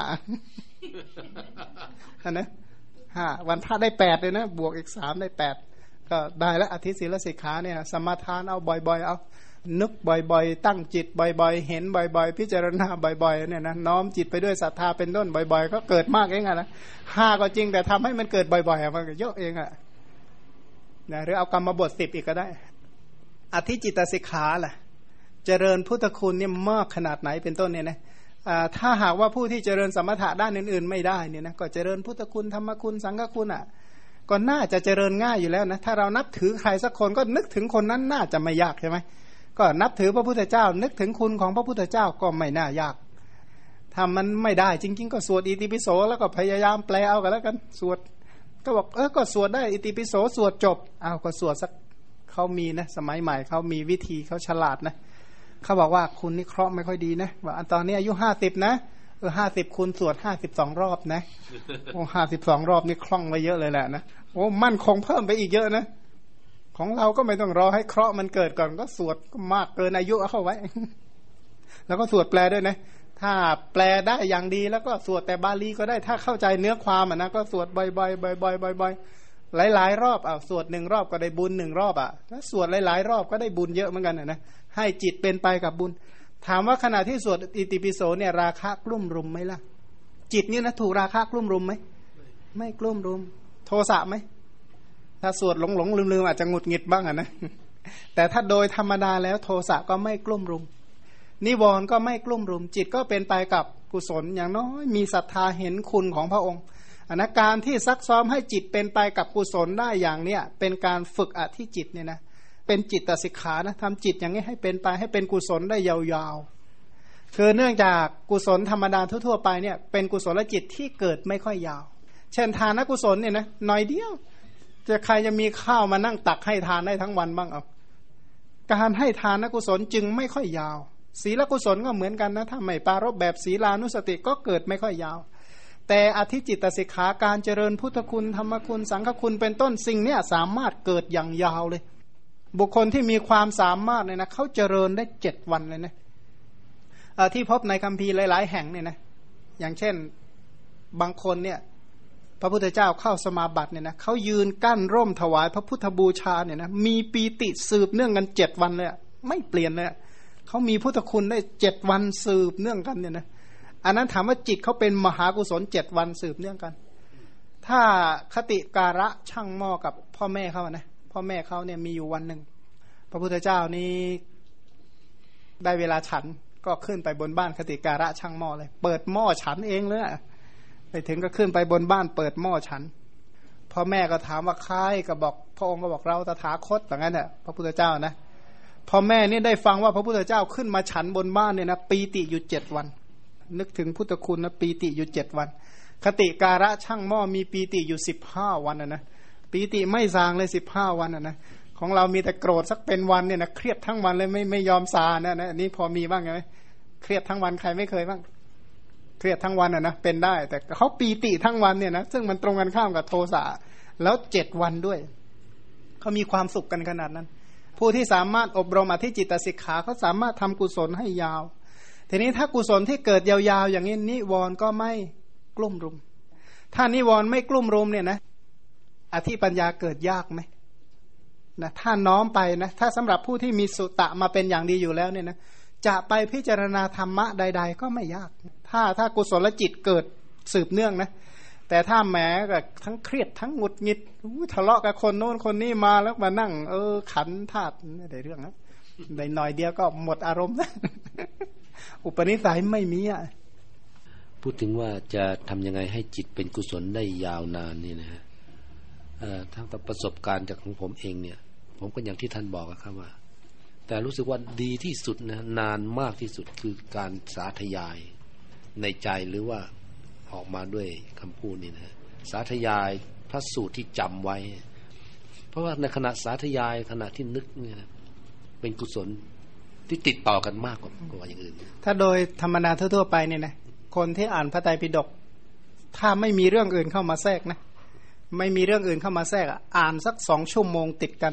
อันนะห้าวันพระได้แปดเลยนะบวกอีกสามได้แปดก็ได้แล้วอธิศีลสิกขาเนี่ยสมาทานเอาบ่อยๆเอานึกบ่อยๆตั้งจิตบ่อยๆเห็นบ่อยๆพิจารณาบ่อยๆเนี่ยนะน้อมจิตไปด้วยศรัทธาเป็นต้นบ่อยๆก็เกิดมากเองอะนะห้าก็จริงแต่ทำให้มันเกิดบ่อยๆมันก็เยอะเองอะนะหรือเอากรรมบทสิบอีกก็ได้อธิจิตสิกขาล่ะเจริญพุทธคุณเนี่ยมากขนาดไหนเป็นต้นเนี่ยนะถ้าหากว่าผู้ที่เจริญสมถะด้านอื่นๆไม่ได้เนี่ยนะก็เจริญพุทธคุณธรรมคุณสังฆคุณอ่ะก็น่าจะเจริญง่ายอยู่แล้วนะถ้าเรานับถือใครสักคนก็นึกถึงคนนั้นน่าจะไม่ยากใช่ไหมก็นับถือพระพุทธเจ้านึกถึงคุณของพระพุทธเจ้าก็ไม่น่ายากถ้ามันไม่ได้จริงๆก็สวดอิติปิโสแล้วก็พยายามแปลเอากันแล้วกันสวดก็บอกเออก็สวดได้อิติปิโสสวดจบอ้าวก็สวดสักเขามีนะสมัยใหม่เขามีวิธีเขาฉลาดนะเขาบอกว่าคุณนี่เคราะห์ไม่ค่อยดีนะว่าตอนนี้อายุห้าสิบนะเออห้าสิบคุณสวดห้าสิบสองรอบนะโอ้ห้าสิบสองรอบนี่คล่องไปเยอะเลยแหละนะโอ้มั่นคงเพิ่มไปอีกเยอะนะของเราก็ไม่ต้องรอให้เคราะห์มันเกิดก่อนก็สวดมากเกินอายุเอาเข้าไว้แล้วก็สวดแปลด้วยนะถ้าแปลได้อย่างดีแล้วก็สวดแต่บาลีก็ได้ถ้าเข้าใจเนื้อความอ่ะนะก็สวดบ่อยๆบ่อยๆบ่อยๆหลายๆรอบอ่ะสวดหนึ่งรอบก็ได้บุญหนึ่งรอบอ่ะถ้าสวดหลายๆรอบก็ได้บุญเยอะเหมือนกันนะให้จิตเป็นไปกับบุญถามว่าขณะที่สวดอิติปิโสเนี่ยราคะกลุ่มรุมไหมล่ะจิตนี่นะถูกราคะกลุ่มรุมไหมไม่กลุ่มรุมโทสะไหมถ้าสวดหลงหลงลืมลืมอาจจะหงุดหงิดบ้างอ่ะนะแต่ถ้าโดยธรรมดาแล้วโทสะก็ไม่กลุ่มรุมนิวรณ์ก็ไม่กลุ่มรุมจิตก็เป็นไปกับกุศลอย่างน้อยมีศรัทธาเห็นคุณของพระองค์อนาการที่ซักซ้อมให้จิตเป็นไปกับกุศลได้อย่างเนี้ยเป็นการฝึกอธิจิตเนี่ยนะเป็นจิตสิกขานะทำจิตอย่างนี้ให้เป็นไปให้เป็นกุศลได้ยาวๆคือเนื่องจากกุศลธรรมดาทั่วๆไปเนี่ยเป็นกุศลจิตที่เกิดไม่ค่อยยาวเช่นทานกุศลเนี่ยนะหน่อยเดียวจะใครจะมีข้าวมานั่งตักให้ทานได้ทั้งวันบ้างเอาการให้ทานกุศลจึงไม่ค่อยยาวศีลกุศลก็เหมือนกันนะถ้าไม่ปรารภแบบศีลานุสติก็เกิดไม่ค่อยยาวแต่อธิจิตสิกขาการเจริญพุทธคุณธรรมคุณสังฆคุณเป็นต้นสิ่งเนี้ยสามารถเกิดอย่างยาวเลยบุคคลที่มีความสามารถเนี่ยนะเขาเจริญได้เจ็ดวันเลยนะที่พบในคัมภีร์หลายๆแห่งเนี่ยนะอย่างเช่นบางคนเนี่ยพระพุทธเจ้าเข้าสมาบัติเนี่ยนะเขายืนกั้นร่มถวายพระพุทธบูชาเนี่ยนะมีปีติสืบเนื่องกันเจ็ดวันเลยไม่เปลี่ยนเลยเขามีพุทธคุณได้เจ็ดวันสืบเนื่องกันเนี่ยนะอันนั้นถามว่าจิตเขาเป็นมหากุศลเจ็ดวันสืบเนื่องกันถ้าคติการะช่างหม้อกับพ่อแม่เขานะพ่อแม่เขาเนี่ยมีอยู่วันหนึ่งพระพุทธเจ้านี่ได้เวลาฉันก็ขึ้นไปบนบ้านคติการะช่างหม้อเลยเปิดหม้อฉันเองเลยไปถึงก็ขึ้นไปบนบ้านเปิดหม้อฉันพ่อแม่ก็ถามว่าใครก็บอกพระองค์ก็บอกเราตถาคตอย่างนั้นแหละพระพุทธเจ้านะพ่อแม่นี่ได้ฟังว่าพระพุทธเจ้าขึ้นมาฉันบนบ้านเนี่ยนะปีติอยู่เจ็ดวันนึกถึงพุทธคุณนะปีติอยู่เจ็ดวันคติการะช่างหม้อมีปีติอยู่สิบห้าวันนะนะปีติไม่ซางเลยสิบห้าวันนะนะของเรามีแต่โกรธสักเป็นวันเนี่ยนะเครียดทั้งวันเลยไม่ไม่ยอมซานะนะนี่พอมีบ้างไหมเครียดทั้งวันใครไม่เคยบ้างเครียดทั้งวันอ่ะนะเป็นได้แต่เขาปีติทั้งวันเนี่ยนะซึ่งมันตรงกันข้ามกับโทสะแล้วเจ็ดวันด้วยเขามีความสุขกันขนาดนั้นผู้ที่สามารถอบรมอธิจิตสิกขาเขาสามารถทำกุศลให้ยาวทีนี้ถ้ากุศลที่เกิดยาวๆอย่างนี้นิวรณ์ก็ไม่กลุ่มรุมถ้านิวรณ์ไม่กลุ่มรุมเนี่ยนะอธิปัญญาเกิดยากไหมนะถ้าน้อมไปนะถ้าสำหรับผู้ที่มีสุตะมาเป็นอย่างดีอยู่แล้วเนี่ยนะจะไปพิจารณาธรรมะใดๆก็ไม่ยากถ้าถ้ากุศลจิตเกิดสืบเนื่องนะแต่ถ้าแหมก็ทั้งเครียดทั้งหงุดหงิดทะเลาะกับคนโน้นคนนี้มาแล้วมานั่งเออขันธาตุไม่ได้เรื่องนะได้หน่อยเดียวก็หมดอารมณ์นะอุปนิสัยไม่มีอ่ะพูดถึงว่าจะทำยังไงให้จิตเป็นกุศลได้ยาวนานนี่นะฮะทั้งประสบการณ์จากของผมเองเนี่ยผมก็อย่างที่ท่านบอกครับว่าแต่รู้สึกว่าดีที่สุดนะนานมากที่สุดคือการสาธยายในใจหรือว่าออกมาด้วยคำพูดนี่นะสาธยายพระสูตรที่จำไว้เพราะว่าในขณะสาธยายขณะที่นึกเนี่ยเป็นกุศลที่ติดต่อกันมากกว่าอย่างอื่นถ้าโดยธรรมดาทั่วๆไปเนี่ยนะคนที่อ่านพระไตรปิฎกถ้าไม่มีเรื่องอื่นเข้ามาแทรกนะไม่มีเรื่องอื่นเข้ามาแทรกอ่านสักสองชั่วโมงติดกันนะ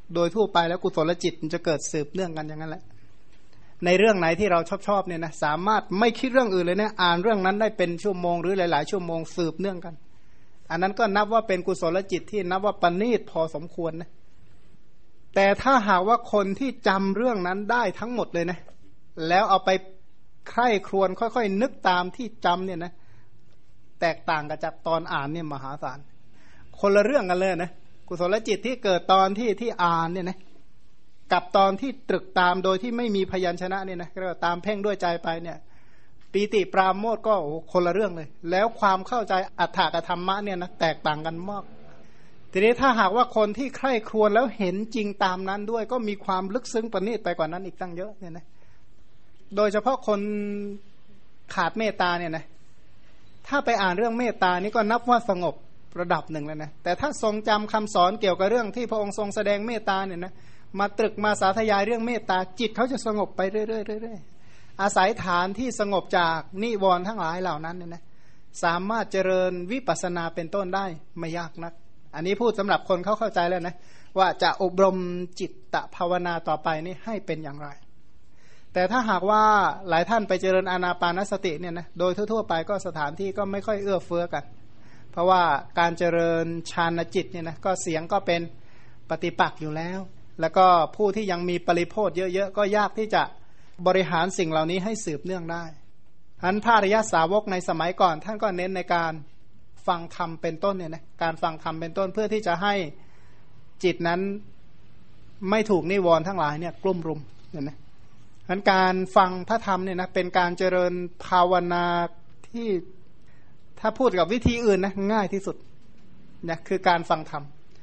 โดยทั่วไปแล้วกุศลจิตมันจะเกิดสืบเนื่องกันอย่างนั้นแหละในเรื่องไหนที่เราชอบชอบเนี่ยนะสามารถไม่คิดเรื่องอื่นเลยเนี่ยอ่านเรื่องนั้นได้เป็นชั่วโมงหรือหลายๆชั่วโมงสืบเนื่องกันอันนั้นก็นับว่าเป็นกุศลจิตที่นับว่าประณีตพอสมควรนะแต่ถ้าหากว่าคนที่จำเรื่องนั้นได้ทั้งหมดเลยนะแล้วเอาไปใคร่ครวญค่อยๆนึกตามที่จำเนี่ยนะแตกต่างกับจากตอนอ่านเนี่ยมหาศาลคนละเรื่องกันเลยนะกุศลจิตที่เกิดตอนที่ที่อ่านเนี่ยนะกับตอนที่ตรึกตามโดยที่ไม่มีพยัญชนะเนี่ยนะเรียกว่าตามเพ่งด้วยใจไปเนี่ยปีติปราโมทย์ก็คนละเรื่องเลยแล้วความเข้าใจอัฏฐกธรรมะเนี่ยนะแตกต่างกันมากทีนี้ถ้าหากว่าคนที่ใคร่ครวญแล้วเห็นจริงตามนั้นด้วยก็มีความลึกซึ้งประณีตไปกว่านั้นอีกตั้งเยอะเนี่ยนะโดยเฉพาะคนขาดเมตตาเนี่ยนะถ้าไปอ่านเรื่องเมตตานี่ก็นับว่าสงบระดับหนึ่งแล้วนะแต่ถ้าทรงจำคำสอนเกี่ยวกับเรื่องที่พระองค์ทรงแสดงเมตตาเนี่ยนะมาตรึกมาสาธยายเรื่องเมตตาจิตเขาจะสงบไปเรื่อยๆอาศัยฐานที่สงบจากนิวรณ์ทั้งหลายเหล่านั้นเนี่ยนะสามารถเจริญวิปัสสนาเป็นต้นได้ไม่ยากนักอันนี้พูดสำหรับคนเขาเข้าใจแล้วนะว่าจะอบรมจิตตภาวนาต่อไปนี่ให้เป็นอย่างไรแต่ถ้าหากว่าหลายท่านไปเจริญอานาปานสติเนี่ยนะโดยทั่วๆไปก็สถานที่ก็ไม่ค่อยเอื้อเฟื้อกันเพราะว่าการเจริญฌานจิตเนี่ยนะก็เสียงก็เป็นปฏิปักษ์อยู่แล้วแล้วก็ผู้ที่ยังมีปริโภทเยอะๆก็ยากที่จะบริหารสิ่งเหล่านี้ให้สืบเนื่องได้อันพระอริยสาวกในสมัยก่อนท่านก็เน้นในการฟังธรรมเป็นต้นเนี่ยนะการฟังธรรมเป็นต้นเพื่อที่จะให้จิตนั้นไม่ถูกนิวรณ์ทั้งหลายเนี่ยกลุ่มรุมเนี่ยนะอันการฟังพระธรรมเนี่ยนะเป็นการเจริญภาวนาที่ถ้าพูดกับวิธีอื่นนะง่ายที่สุดนะคือการฟังธรรม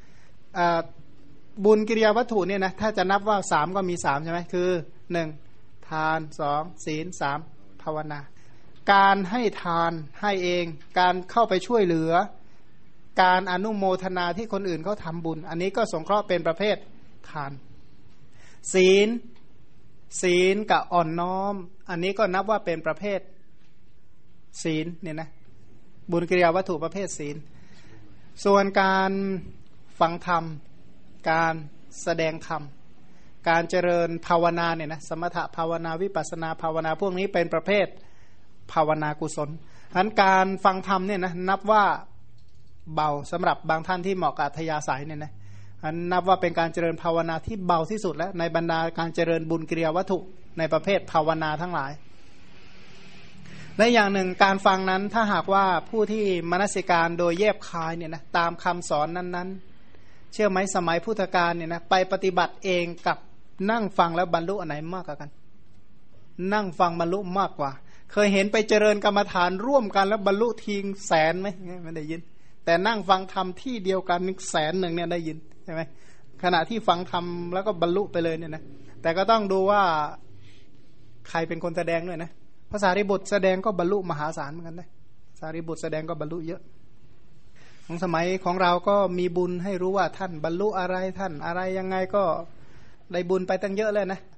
บุญกิริยาวัตถุเนี่ยนะถ้าจะนับว่าสามก็มีสามใช่ไหมคือหนึ่งทานสองศีลสามภาวนาการให้ทานให้เองการเข้าไปช่วยเหลือการอนุโมทนาที่คนอื่นเขาทำบุญอันนี้ก็สงเคราะห์เป็นประเภททานศีลศีลกับอ่อนน้อมอันนี้ก็นับว่าเป็นประเภทศีลเนี่ยนะบุญกิริยาวัตถุประเภทศีลส่วนการฟังธรรมการแสดงธรรมการเจริญภาวนาเนี่ยนะสมถะภาวนาวิปัสสนาภาวนาพวกนี้เป็นประเภทภาวนากุศลฉะนั้นการฟังธรรมเนี่ยนะนับว่าเบาสำหรับบางท่านที่เหมาะกับอัธยาศัยเนี่ยนะอันนับว่าเป็นการเจริญภาวนาที่เบาที่สุดแล้วในบรรดาการเจริญบุญกิริยาวัตถุในประเภทภาวนาทั้งหลายและอย่างหนึ่งการฟังนั้นถ้าหากว่าผู้ที่มนสิการโดยแยบคายเนี่ยนะตามคำสอนนั้นๆเชื่อไหมสมัยพุทธกาลเนี่ยนะไปปฏิบัติเองกับนั่งฟังแล้วบรรลุอันไหนมากกว่ากันนั่งฟังบรรลุมากกว่าเคยเห็นไปเจริญกรรมฐานร่วมกันแล้วบรรลุทีงแสนไหมไม่ได้ยินแต่นั่งฟังธรรมที่เดียวกันแสนหนึ่งเนี่ยได้ยินใช่ไหมขณะที่ฟังธรรมแล้วก็บรรลุไปเลยเนี่ยนะแต่ก็ต้องดูว่าใครเป็นคนแสดงด้วยนะภาษาริบุตรแสดงก็บรรลุมหาศาลเหมือนกันนะสารีบุตรแสดงก็บรรลุเยอะของสมัยของเราก็มีบุญให้รู้ว่าท่านบรรลุอะไรท่านอะไรยังไงก็ได้บุญไปตั้งเยอะเลยนะ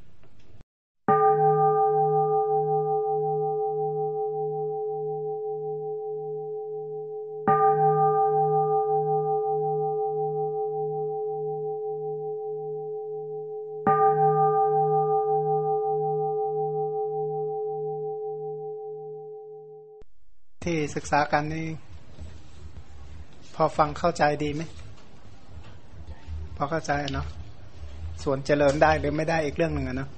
ที่ศึกษากันนี่พอฟังเข้าใจดีไหมพอเข้าใจเนาะส่วนเจริญได้หรือไม่ได้อีกเรื่องหนึ่งอะเนาะ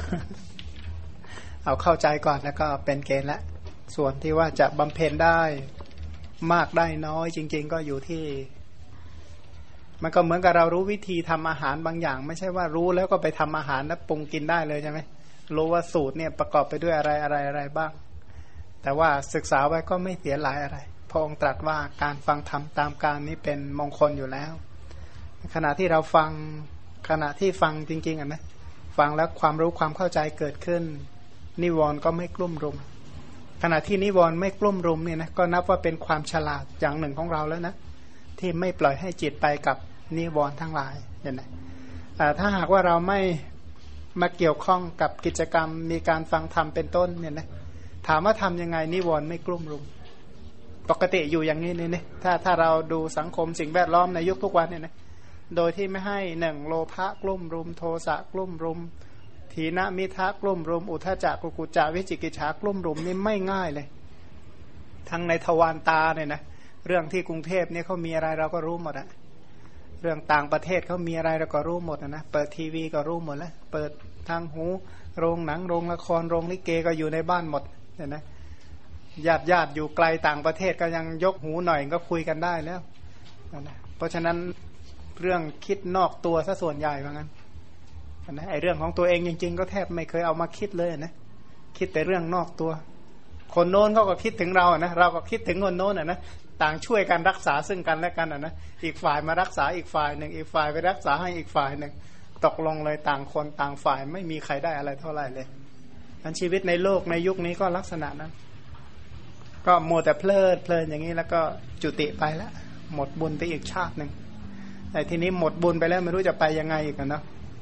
เอาเข้าใจก่อนแล้วก็เป็นเกณฑ์ละส่วนที่ว่าจะบำเพ็ญได้มากได้น้อยจริงๆก็อยู่ที่มันก็เหมือนกับเรารู้วิธีทำอาหารบางอย่างไม่ใช่ว่ารู้แล้วก็ไปทำอาหารแล้วปรุงกินได้เลยใช่ไหมรู้ว่าสูตรเนี่ยประกอบไปด้วยอะไรอะไรอะไรบ้างแต่ว่าศึกษาไว้ก็ไม่เสียหลายอะไรพระองค์ตรัสว่าการฟังธรรมตามการนี้เป็นมงคลอยู่แล้วขณะที่เราฟังขณะที่ฟังจริงๆอ่ะนะฟังแล้วความรู้ความเข้าใจเกิดขึ้นนิวรณ์ก็ไม่กลุ่มรุมขณะที่นิวรณ์ไม่กลุ่มรุมเนี่ยนะก็นับว่าเป็นความฉลาดอย่างหนึ่งของเราแล้วนะที่ไม่ปล่อยให้จิตไปกับนิวรณ์ทั้งหลายเนี่ยนะถ้าหากว่าเราไม่มาเกี่ยวข้องกับกิจกรรมมีการฟังธรรมเป็นต้นเนี่ยนะถามว่าทำยังไงนิวรณ์ไม่กลุ่มรุมปกติอยู่อย่างนี้เนี่ยนะถ้าถ้าเราดูสังคมสิ่งแวดล้อมในยุคทุกวันเนี่ยนะโดยที่ไม่ให้หนึ่งโลภะกลุ่มรุมโทสะกลุ่มรุมถีนมิทะกลุ่มรุมอุทธัจจะกุกุจจะวิจิกิจฉากลุ่มรุมนี่ไม่ง่ายเลยทั้งในทวารตาเนี่ยนะเรื่องที่กรุงเทพเนี่ยเขามีอะไรเราก็รู้หมดอะเรื่องต่างประเทศเขามีอะไรเราก็รู้หมดนะเปิดทีวีก็รู้หมดแล้วเปิดทางหูโรงหนังโรงละครโรงลิเกก็อยู่ในบ้านหมดเนี่ยนะญาติญาติอยู่ไกลต่างประเทศก็ยังยกหูหน่อยก็คุยกันได้แล้วนะเพราะฉะนั้นเรื่องคิดนอกตัวซะส่วนใหญ่ว่างั้นนะไอ้เรื่องของตัวเองจริงๆก็แทบไม่เคยเอามาคิดเลยนะคิดแต่เรื่องนอกตัวคนโน้นเขาก็คิดถึงเราอ่ะนะเราก็คิดถึงคนโน้นอ่ะนะต่างช่วยกันรักษาซึ่งกันและกันอ่ะนะอีกฝ่ายมารักษาอีกฝ่ายหนึ่งอีกฝ่ายไปรักษาให้อีกฝ่ายหนึ่งตกลงเลยต่างคนต่างฝ่ายไม่มีใครได้อะไรเท่าไหร่เลยนั้นชีวิตในโลกในยุคนี้ก็ลักษณะนั้นก็มัวแต่เพลิดเพลินอย่างนี้แล้วก็จุติไปแล้วหมดบุญไปอีกชาติหนึ่งแต่ทีนี้หมดบุญไปแล้วไม่รู้จะไปยังไงอีกนะ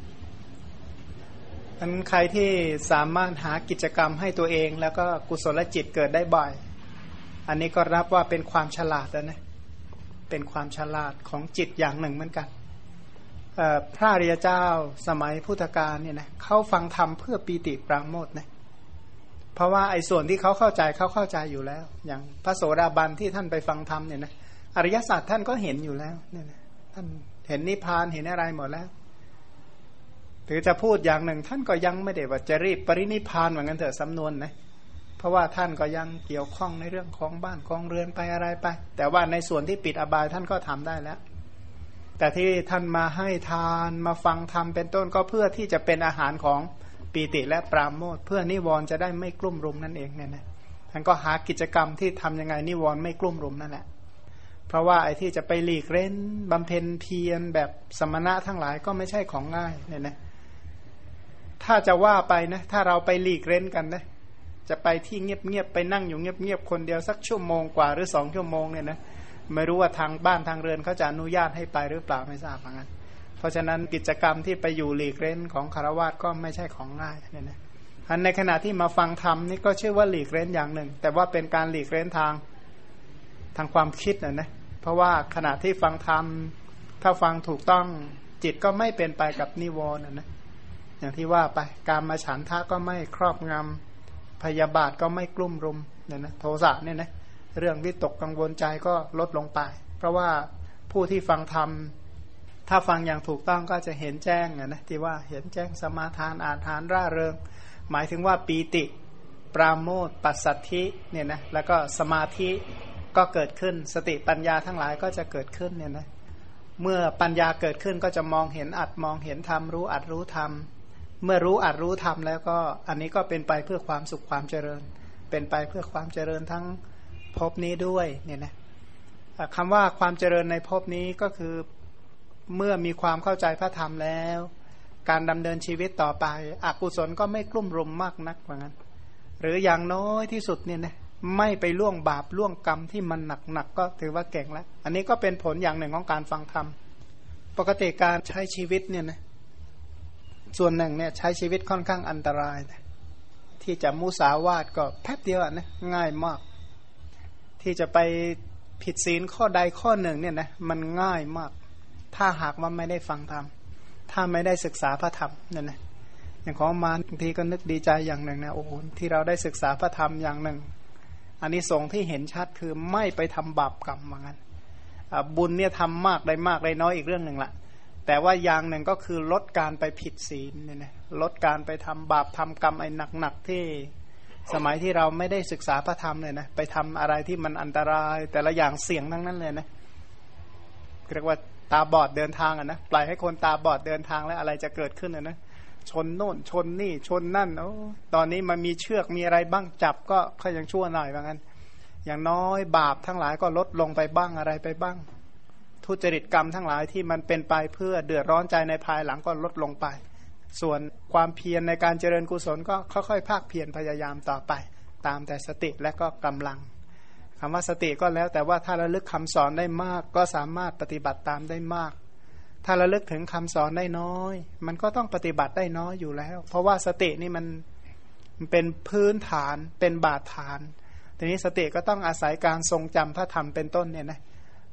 อันใครที่สามารถหากิจกรรมให้ตัวเองแล้วก็กุศลจิตเกิดได้บ่อยอันนี้ก็รับว่าเป็นความฉลาดแล้วนะเป็นความฉลาดของจิตอย่างหนึ่งเหมือนกันพระอริยเจ้าสมัยพุทธกาลเนี่ยนะเขาฟังธรรมเพื่อปีติปราโมทย์นะเพราะว่าไอ้ส่วนที่เขาเข้าใจเขาเข้าใจอยู่แล้วอย่างพระโสดาบันที่ท่านไปฟังธรรมเนี่ยนะอริยสัจท่านก็เห็นอยู่แล้วเนี่ยนะท่านเห็นนิพพานเห็นอะไรหมดแล้วหรือจะพูดอย่างหนึ่งท่านก็ยังไม่ได้ว่าจะรีบปรินิพพานเหมือนกันเถอะสำนวนนะเพราะว่าท่านก็ยังเกี่ยวข้องในเรื่องของบ้านของเรือนไปอะไรไปแต่ว่าในส่วนที่ปิดอบายท่านก็ทำได้แล้วแต่ที่ท่านมาให้ทานมาฟังธรรมเป็นต้นก็เพื่อที่จะเป็นอาหารของปีติและปราโมทย์เพื่อนิวรณ์จะได้ไม่กลุ่มรุมนั่นเองเนี่ยนะท่านก็หากิจกรรมที่ทำยังไงนิวรณ์ไม่กลุ่มรุมนั่นแหละเพราะว่าไอ้ที่จะไปหลีกเล่นบำเพ็ญเพียรแบบสมณะทั้งหลายก็ไม่ใช่ของง่ายเนี่ยนะถ้าจะว่าไปนะถ้าเราไปหลีกเล่นกันนะจะไปที่เงียบๆไปนั่งอยู่เงียบๆคนเดียวสักชั่วโมงกว่าหรือสองชั่วโมงเนี่ยนะไม่รู้ว่าทางบ้านทางเรือนเขาจะอนุญาตให้ไปหรือเปล่าไม่ทราบเหมือนกันเพราะฉะนั้นกิจกรรมที่ไปอยู่หลีกเล่นของคฤหัสถ์ก็ไม่ใช่ของง่ายเนี่ยนะอันในขณะที่มาฟังธรรมนี่ก็ชื่อว่าหลีกเล่นอย่างหนึ่งแต่ว่าเป็นการหลีกเล่นทางทางความคิดนะนะเพราะว่าขณะที่ฟังธรรมถ้าฟังถูกต้องจิตก็ไม่เป็นไปกับนิวรณ์นะนะอย่างที่ว่าไปการมาฉันทะก็ไม่ครอบงำพยาบาทก็ไม่กลุ่มรุมเนี่ยนะโทสะเนี่ยนะเรื่องวิตกกังวลใจก็ลดลงไปเพราะว่าผู้ที่ฟังธรรมถ้าฟังอย่างถูกต้องก็จะเห็นแจ้งนะที่ว่าเห็นแจ้งสมาทานอาทานร่าเริงหมายถึงว่าปีติปราโมทย์ปัสสัทธิเนี่ยนะแล้วก็สมาธิก็เกิดขึ้นสติปัญญาทั้งหลายก็จะเกิดขึ้นเนี่ยนะเมื่อปัญญาเกิดขึ้นก็จะมองเห็นอัตมองเห็นธรรมรู้อัตรู้ธรรมเมื่อรู้อัตรู้ธรรมแล้วก็อันนี้ก็เป็นไปเพื่อความสุขความเจริญเป็นไปเพื่อความเจริญทั้งภพนี้ด้วยเนี่ยนะคำว่าความเจริญในภพนี้ก็คือเมื่อมีความเข้าใจพระธรรมแล้วการดำเนินชีวิตต่อไปอกุศลก็ไม่กลุ่มรุมมากนักว่างั้นหรืออย่างน้อยที่สุดเนี่ยนะไม่ไปล่วงบาปล่วงกรรมที่มันหนักๆ ก, ก็ถือว่าเก่งแล้วอันนี้ก็เป็นผลอย่างหนึ่งของการฟังธรรมปกติการใช้ชีวิตเนี่ยนะส่วนหนึ่งเนี่ยใช้ชีวิตค่อนข้างอันตรายนะที่จะมุสาวาทก็แป๊บเดียวนะง่ายมากที่จะไปผิดศีลข้อใดข้อหนึ่งเนี่ยนะมันง่ายมากถ้าหากว่าไม่ได้ฟังธรรมถ้าไม่ได้ศึกษาพระธรรมเนี่ยนะอย่างของมาบางทีก็นึกดีใจอย่างหนึ่งนะโอ้โหที่เราได้ศึกษาพระธรรมอย่างหนึ่งอันนี้สงที่เห็นชัดคือไม่ไปทำบาปกรรมว่างั้นบุญเนี่ยทำมากได้มากได้น้อยอีกเรื่องหนึ่งละแต่ว่าอย่างหนึ่งก็คือลดการไปผิดศีลเนี่ยนะลดการไปทำบาปทำกรรมไอ้หนักๆที่สมัยที่เราไม่ได้ศึกษาพระธรรมเลยนะไปทำอะไรที่มันอันตรายแต่ละอย่างเสี่ยงทั้งนั้นเลยนะเรียกว่าตาบอดเดินทางอ่ะนะปล่อยให้คนตาบอดเดินทางแล้วอะไรจะเกิดขึ้นอ่ะนะชนโน่นชนนี่ชนนั่นโอ้ตอนนี้มันมีเชือกมีอะไรบ้างจับก็ค่อยยังชั่วหน่อยว่างั้นอย่างน้อยบาปทั้งหลายก็ลดลงไปบ้างอะไรไปบ้างทุจริตกรรมทั้งหลายที่มันเป็นไปเพื่อเดือดร้อนใจในภายหลังก็ลดลงไปส่วนความเพียรในการเจริญกุศลก็ค่อยๆภาคเพียรพยายามต่อไปตามแต่สติและก็กำลังคำว่าสติก็แล้วแต่ว่าถ้าระลึกคำสอนได้มากก็สามารถปฏิบัติตามได้มากถ้าระลึกถึงคำสอนได้น้อยมันก็ต้องปฏิบัติได้น้อยอยู่แล้วเพราะว่าสตินี่มันมันเป็นพื้นฐานเป็นบาดฐานทีนี้สติก็ต้องอาศัยการทรงจำพระธรรมเป็นต้นเนี่ยนะ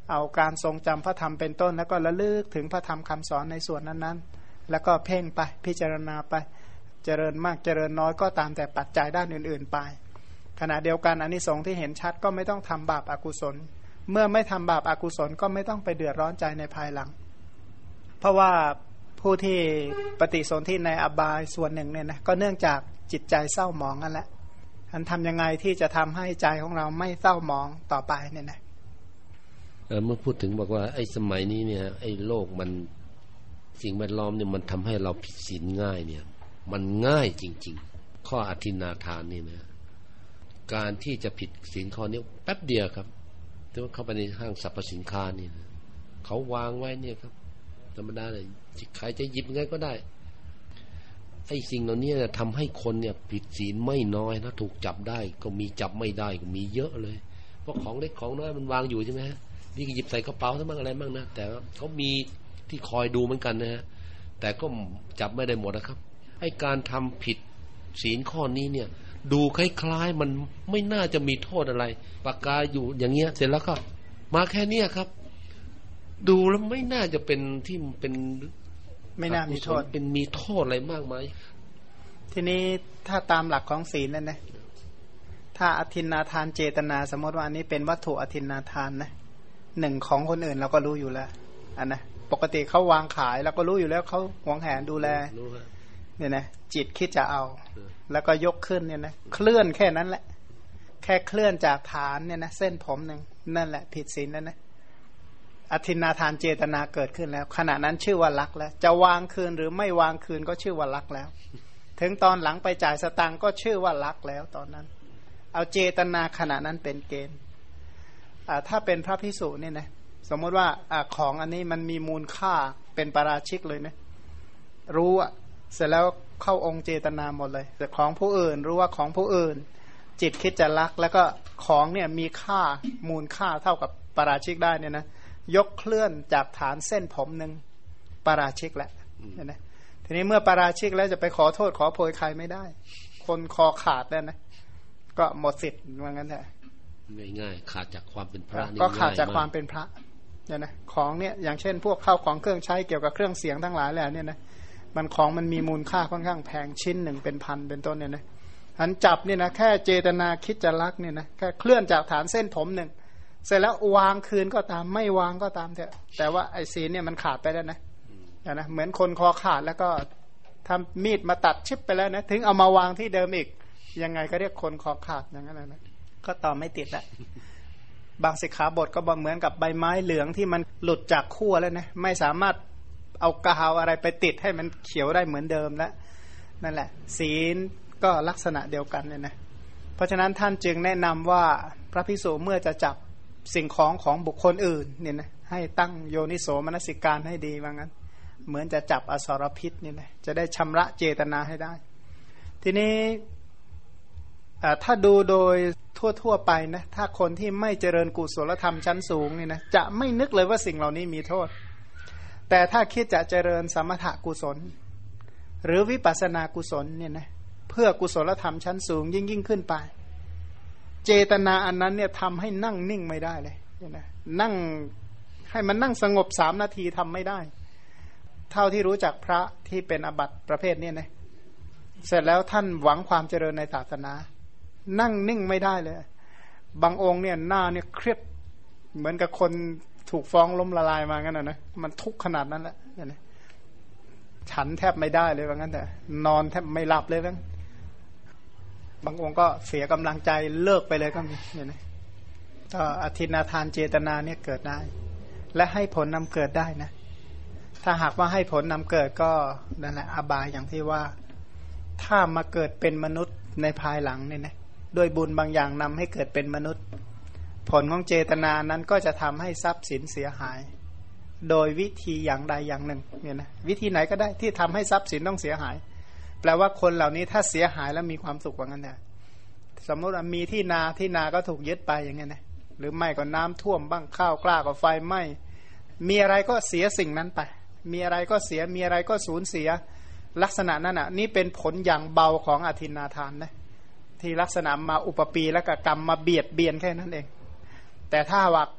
เอาการทรงจำพระธรรมเป็นต้นแล้วก็ระลึกถึงพระธรรมคำสอนในส่วนนั้นๆแล้วก็เพ่งไปพิจารณาไปเจริญมากเจริญน้อยก็ตามแต่ปัจจัยด้านอื่นๆไปขณะเดียวกันอานิสงส์ที่เห็นชัดก็ไม่ต้องทำบาปอกุศลเมื่อไม่ทำบาปอกุศลก็ไม่ต้องไปเดือดร้อนใจในภายหลังเพราะว่าผู้ที่ปฏิสนธิในอบายส่วนหนึ่งเนี่ยนะก็เนื่องจากจิตใจเศร้าหมองนั่นแหละอันทำยังไงที่จะทำให้ใจของเราไม่เศร้าหมองต่อไปเนี่ยนะเออเมื่อพูดถึงบอกว่าไอ้สมัยนี้เนี่ยไอ้โลกมันสิ่งแวดล้อมเนี่ยมันทำให้เราผิดศีลง่ายเนี่ยมันง่ายจริงๆข้ออทินนาทานนี่นะการที่จะผิดศีลข้อนี้แป๊บเดียวครับแต่ว่าเข้าไปในห้างสรรพสินค้านี่นะเขาวางไว้เนี่ยครับธรรมดาเลยใครจะหยิบไงก็ได้ไอ้สิ่งเหล่านี้เนี่ยทำให้คนเนี่ยผิดศีลไม่น้อยนะถูกจับได้ก็มีจับไม่ได้ก็มีเยอะเลยเพราะของเล็กของน้อยมันวางอยู่ใช่ไหมฮะนี่ก็หยิบใส่กระเป๋าทั้งมั่งอะไรมั่งนะแต่เขามีที่คอยดูเหมือนกันนะฮะแต่ก็จับไม่ได้หมดนะครับไอ้การทำผิดศีลข้อนี้เนี่ยดูคล้ายๆมันไม่น่าจะมีโทษอะไรปากกาอยู่อย่างเงี้ยเสร็จแล้วก็มาแค่เนี้ยครับดูแล้วไม่น่าจะเป็นที่เป็นไม่น่ามีโทษเป็นมีโทษอะไรมากมายทีนี้ถ้าตามหลักของศีลนั่นนะถ้าอทินนาทานเจตนาสมมติว่าอันนี้เป็นวัตถุอทินนาทานนะหนึ่งของคนอื่นเราก็รู้อยู่แล้วอันนะปกติเขาวางขายเราก็รู้อยู่แล้วเขาหวงแหนดูแลเนี่ยนะจิตคิดจะเอาแล้วก็ยกขึ้นเนี่ยนะเคลื่อนแค่นั้นแหละแค่เคลื่อนจากฐานเนี่ยนะเส้นผมหนึ่งนั่นแหละผิดศีลแล้วนะอทินนาทานเจตนาเกิดขึ้นแล้วขณะนั้นชื่อว่าลักแล้วจะวางคืนหรือไม่วางคืนก็ชื่อว่าลักแล้วถึงตอนหลังไปจ่ายสตางค์ก็ชื่อว่าลักแล้วตอนนั้นเอาเจตนาขณะนั้นเป็นเกณฑ์ถ้าเป็นพระภิกษุเนี่ยนะสมมติว่าอของอันนี้มันมีมูลค่าเป็นปาราชิกเลยนะรู้อ่ะเสร็จแล้วเข้าองค์เจตนาหมดเลยแต่ของผู้อื่นรู้ว่าของผู้อื่นจิตคิดจะลักแล้วก็ของเนี่ยมีค่ามูลค่าเท่ากับปาราชิกได้เนี่ยนะยกเคลื่อนจากฐานเส้นผมหนึ่งปาราชิกแหละเห็นไหมทีนี้เมื่อปาราชิกแล้วจะไปขอโทษขอโพยใครไม่ได้คนคอขาดแล้วนะก็หมดสิทธิ์ว่างั้นแหละง่ายๆขาดจากความเป็นพระก็ขาดจากความเป็นพระเนี่ยนะของเนี่ยอย่างเช่นพวกข้าวของเครื่องใช้เกี่ยวกับเครื่องเสียงทั้งหลายแล้วเนี่ยนะมันของมันมีมูลค่าค่อนข้างแพงชิ้นหนึ่งเป็นพันเป็นต้นเนี่ยนะอันจับเนี่ยนะแค่เจตนาคิดจะลักเนี่ยนะแค่เคลื่อนจากฐานเส้นผมหนึ่งเสร็จแล้ววางคืนก็ตามไม่วางก็ตามเถอะแต่ว่าไอ้ศีลเนี่ยมันขาดไปแล้วนะนะเหมือนคนคอขาดแล้วก็ทำมีดมาตัดชิบไปแล้วนะถึงเอามาวางที่เดิมอีกยังไงก็เรียกคนคอขาดอย่างนั้นนะก็ต่อไม่ติดละบางสิกขาบทก็บอกเหมือนกับใบไม้เหลืองที่มันหลุดจากขั้วแล้วนะไม่สามารถเอากาวอะไรไปติดให้มันเขียวได้เหมือนเดิมแล้วนั่นแหละศีลก็ลักษณะเดียวกันเนี่ยนะเพราะฉะนั้นท่านจึงแนะนำว่าพระภิกษุเมื่อจะจับสิ่งของของบุคคลอื่นเนี่ยนะให้ตั้งโยนิโสมนสิการให้ดีว่างั้นเหมือนจะจับอสรพิษนี่นะจะได้ชำระเจตนาให้ได้ทีนี้ถ้าดูโดยทั่วๆไปนะถ้าคนที่ไม่เจริญกุศลธรรมชั้นสูงนี่นะจะไม่นึกเลยว่าสิ่งเหล่านี้มีโทษแต่ถ้าคิดจะเจริญสมถกุศลหรือวิปัสสนากุศลเนี่ยนะเพื่อกุศลธรรมชั้นสูงยิ่งยิ่งขึ้นไปเจตนาอันนั้นเนี่ยทำให้นั่งนิ่งไม่ได้เลยเนี่ยนะนั่งให้มันนั่งสงบสามนาทีทำไม่ได้เท่าที่รู้จักพระที่เป็นอบัติประเภทนี้นะเสร็จแล้วท่านหวังความเจริญในศาสนานั่งนิ่งไม่ได้เลยบางองค์เนี่ยหน้าเนี่ยเครียดเหมือนกับคนถูกฟ้องล้มละลายมางั้นนะนะมันทุกข์ขนาดนั้นแหละเนี่ยนะฉันแทบไม่ได้เลยว่างั้นแต่นอนแทบไม่หลับเลยบ้างบางองค์ก็เสียกำลังใจเลิกไปเลยก็มีเนี่ยนะก็อทินนาทานเจตนาเนี่ยเกิดได้และให้ผลนำเกิดได้นะถ้าหากว่าให้ผลนำเกิดก็นั่นแหละอบายอย่างที่ว่าถ้ามาเกิดเป็นมนุษย์ในภายหลังเนี่ยนะโดยบุญบางอย่างนำให้เกิดเป็นมนุษย์ผลของเจตนานั้นก็จะทำให้ทรัพย์สินเสียหายโดยวิธีอย่างใดอย่างหนึ่งเนี่ยนะวิธีไหนก็ได้ที่ทำให้ทรัพย์สินต้องเสียหายแปลว่าคนเหล่านี้ถ้าเสียหายแล้วมีความสุขว่างั้นแหละสมมติว่ามีที่นาที่นาก็ถูกยึดไปอย่างเงี้ยนะหรือไม่ก็น้ำท่วมบ้างข้าวกล้าก็ไฟไหม้มีอะไรก็เสียสิ่งนั้นไปมีอะไรก็เสียมีอะไรก็สูญเสียลักษณะนั้นอ่ะนี่เป็นผลอย่างเบาของอทินนาทานนะที่ลักษณะมาอุปปีและกกรรมมาเบียดเบียนแค่นั้นเองแต่ถ้าว่า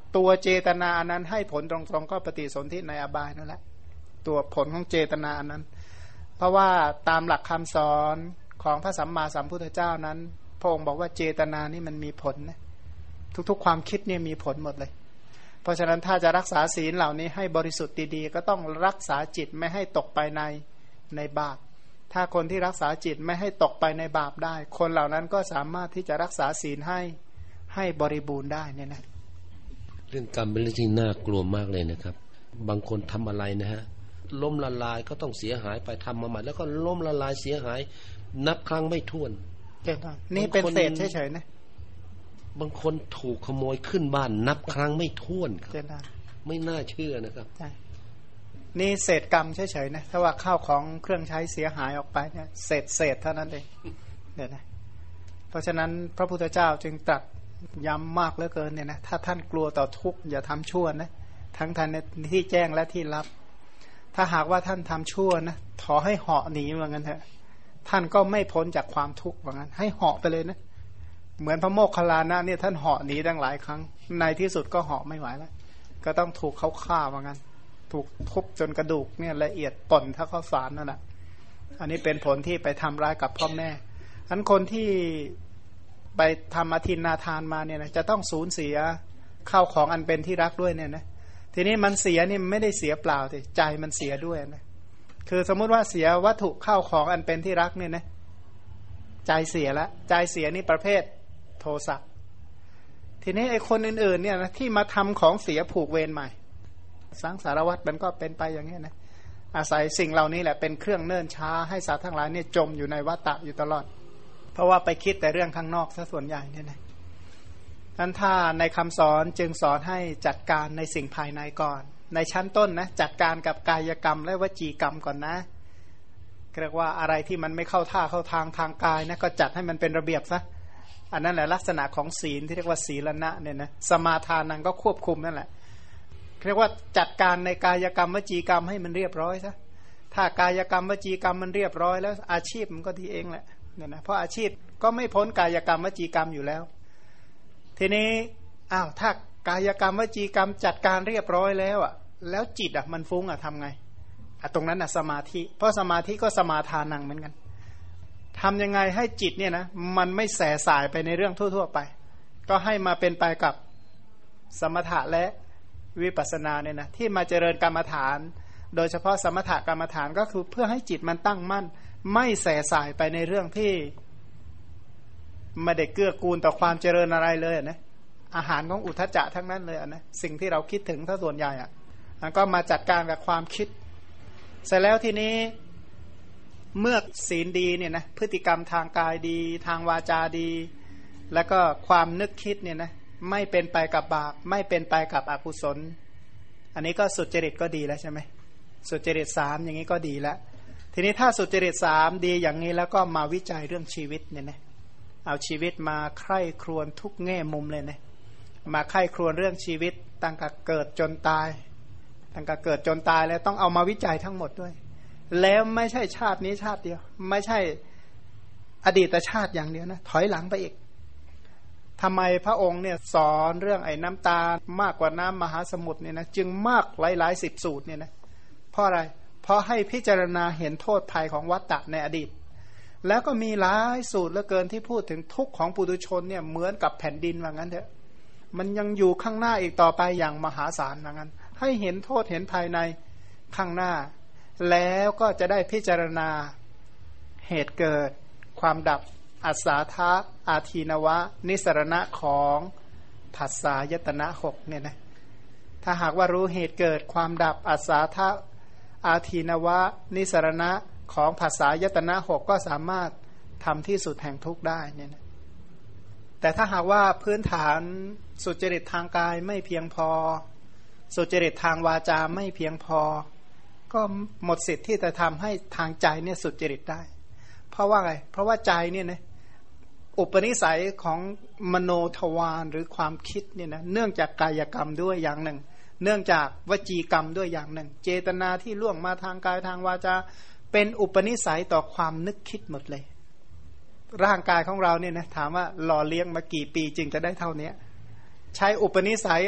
ตัวเจตนานั้นให้ผลตรงๆก็ปฏิสนธิในอบายนั่นแหละตัวผลของเจตนานั้นเพราะว่าตามหลักคำสอนของพระสัมมาสัมพุทธเจ้านั้นพระองค์บอกว่าเจตนานี่มันมีผลนะทุกๆความคิดเนี่ยมีผลหมดเลยเพราะฉะนั้นถ้าจะรักษาศีลเหล่านี้ให้บริสุทธิ์ดีๆก็ต้องรักษาจิตไม่ให้ตกไปในในบาปถ้าคนที่รักษาจิตไม่ให้ตกไปในบาปได้คนเหล่านั้นก็สามารถที่จะรักษาศีลให้ให้บริบูรณ์ได้เนี่ยนะเรื่องกรรมเป็นเรื่องที่น่ากลัวมากเลยนะครับบางคนทำอะไรนะฮะล้มละลายก็ต้องเสียหายไปทำมาใหม่แล้วก็ล้มละลายเสียหายนับครั้งไม่ถ้วนนี่เป็นเศษเฉยๆนะบางคนถูกขโมยขึ้นบ้านนับครั้งไม่ถ้วนครับไม่น่าเชื่อนะครับนี่เศษกรรมเฉยๆนะถ้าว่าข้าวของเครื่องใช้เสียหายออกไปเนี่ยเศษเศษเท่านั้นเองเดี๋ยวนะเพราะฉะนั้นพระพุทธเจ้าจึงตรัสย้ำมากเหลือเกินเนี่ยนะถ้าท่านกลัวต่อทุกข์อย่าทำชั่วนะทั้งท่านในที่แจ้งและที่ลับถ้าหากว่าท่านทำชั่วนะขอให้เหาะหนีเหมือนกันเถอะท่านก็ไม่พ้นจากความทุกข์เหมือนกันให้เหาะไปเลยนะเหมือนพระโมคคัลลานะเนี่ยท่านเหาะหนีตั้งหลายครั้งในที่สุดก็เหาะไม่ไหวแล้วก็ต้องถูกเขาฆ่าเหมือนกันถูกทุบจนกระดูกเนี่ยละเอียดป่นถ้าข้าวสารนั่นแหละอันนี้เป็นผลที่ไปทำร้ายกับพ่อแม่อันคนที่ไปทำอทินนาทานมาเนี่ยนะจะต้องสูญเสียข้าวของอันเป็นที่รักด้วยเนี่ยนะทีนี้มันเสียนี่ไม่ได้เสียเปล่าสิใจมันเสียด้วยนะคือสมมุติว่าเสียวัตถุข้าวของอันเป็นที่รักเนี่ยนะใจเสียแล้วใจเสียนี่ประเภทโทสะทีนี้ไอ้คนอื่นๆเนี่ยนะที่มาทำของเสียผูกเวรใหม่สังสารวัฏมันก็เป็นไปอย่างนี้นะอาศัยสิ่งเหล่านี้แหละเป็นเครื่องเนิ่นช้าให้สัตว์ทั้งหลายเนี่ยจมอยู่ในวัฏฏะอยู่ตลอดเพราะว่าไปคิดแต่เรื่องข้างนอกซะส่วนใหญ่เนี่ยนะนั้นถ้าในคำสอนจึงสอนให้จัดการในสิ่งภายในก่อนในชั้นต้นนะจัดการกับกายกรรมและวจีกรรมก่อนนะเรียกว่าอะไรที่มันไม่เข้าท่าเข้าทางทางกายนะก็จัดให้มันเป็นระเบียบซะอันนั้นแหละลักษณะของศีลที่เรียกว่าศีลนะเนี่ยนะสมาทานังก็ควบคุมนั่นแหละเรียกว่าจัดการในกายกรรมวจีกรรมให้มันเรียบร้อยซะถ้ากายกรรมวจีกรรมมันเรียบร้อยแล้วอาชีพมันก็ดีเองแหละเนี่ยนะเพราะอาชีพก็ไม่พ้นกายกรรมวจีกรรมอยู่แล้วทีนี้อ้าวถ้ากายกรรมวจีกรรมจัดการเรียบร้อยแล้วอ่ะแล้วจิตอ่ะมันฟุ้งอ่ะทำไงอ่ะตรงนั้นอ่ะสมาธิเพราะสมาธิก็สมาทานังเหมือนกันทำยังไงให้จิตเนี่ยนะมันไม่แสสายไปในเรื่องทั่วๆไปก็ให้มาเป็นไปกับสมถะและวิปัสสนาเนี่ยนะที่มาเจริญกรรมฐานโดยเฉพาะสมถกรรมฐานก็คือเพื่อให้จิตมันตั้งมั่นไม่แสสายไปในเรื่องที่ไม่ได้เกื้อกูลต่อความเจริญอะไรเลยนะอาหารของอุทธัจจะทั้งนั้นเลยนะสิ่งที่เราคิดถึงถ้าส่วนใหญ่อ่ะมันก็มาจัดการกับความคิดเสร็จแล้วทีนี้เมื่อศีลดีเนี่ยนะพฤติกรรมทางกายดีทางวาจาดีแล้วก็ความนึกคิดเนี่ยนะไม่เป็นไปกับบาปไม่เป็นไปกับอกุศลอันนี้ก็สุจริตก็ดีแล้วใช่ไหมสุจริตสามอย่างนี้ก็ดีแล้วทีนี้ถ้าสุจริตสามดีอย่างนี้แล้วก็มาวิจัยเรื่องชีวิตเนี่ยนะเอาชีวิตมาใคร่ครวญทุกแง่มุมเลยนะมาใคร่ครวญเรื่องชีวิตตั้งแต่เกิดจนตายตั้งแต่เกิดจนตายแล้วต้องเอามาวิจัยทั้งหมดด้วยแล้วไม่ใช่ชาตินี้ชาติเดียวไม่ใช่อดีตชาติอย่างเดียวนะถอยหลังไปอีกทำไมพระองค์เนี่ยสอนเรื่องไอ้น้ำตามากกว่าน้ำมหาสมุทรเนี่ยนะจึงมากหลายๆสิบสูตรเนี่ยนะเพราะอะไรเพราะให้พิจารณาเห็นโทษภัยของวัฏฏะในอดีตแล้วก็มีหลายสูตรเหลือเกินที่พูดถึงทุกข์ของปุถุชนเนี่ยเหมือนกับแผ่นดินว่างั้นเถอะมันยังอยู่ข้างหน้าอีกต่อไปอย่างมหาศาลว่างั้นให้เห็นโทษเห็นภายในข้างหน้าแล้วก็จะได้พิจารณาเหตุเกิดความดับอัศาทะอาทีนวะนิสรณะของผัสสะยตนะหกเนี่ยนะถ้าหากว่ารู้เหตุเกิดความดับอัศาทะอาทีนวะนิสรณะของผัสสะยตนะหกก็สามารถทำที่สุดแห่งทุกข์ได้เนี่ยนะแต่ถ้าหากว่าพื้นฐานสุจริตทางกายไม่เพียงพอสุจริตทางวาจาไม่เพียงพอก็หมดสิทธิ์ที่จะทำให้ทางใจเนี่ยสุจริตได้เพราะว่าไงเพราะว่าใจเนี่ยนะอุปนิสัยของมโนทวารหรือความคิดเนี่ยนะเนื่องจากกายกรรมด้วยอย่างหนึ่งเนื่องจากวจีกรรมด้วยอย่างหนึ่งเจตนาที่ล่วงมาทางกายทางวาจาเป็นอุปนิสัยต่อความนึกคิดหมดเลยร่างกายของเราเนี่ยนะถามว่าหล่อเลี้ยงมากี่ปีจึงจะได้เท่านี้ใช้อุปนิสัย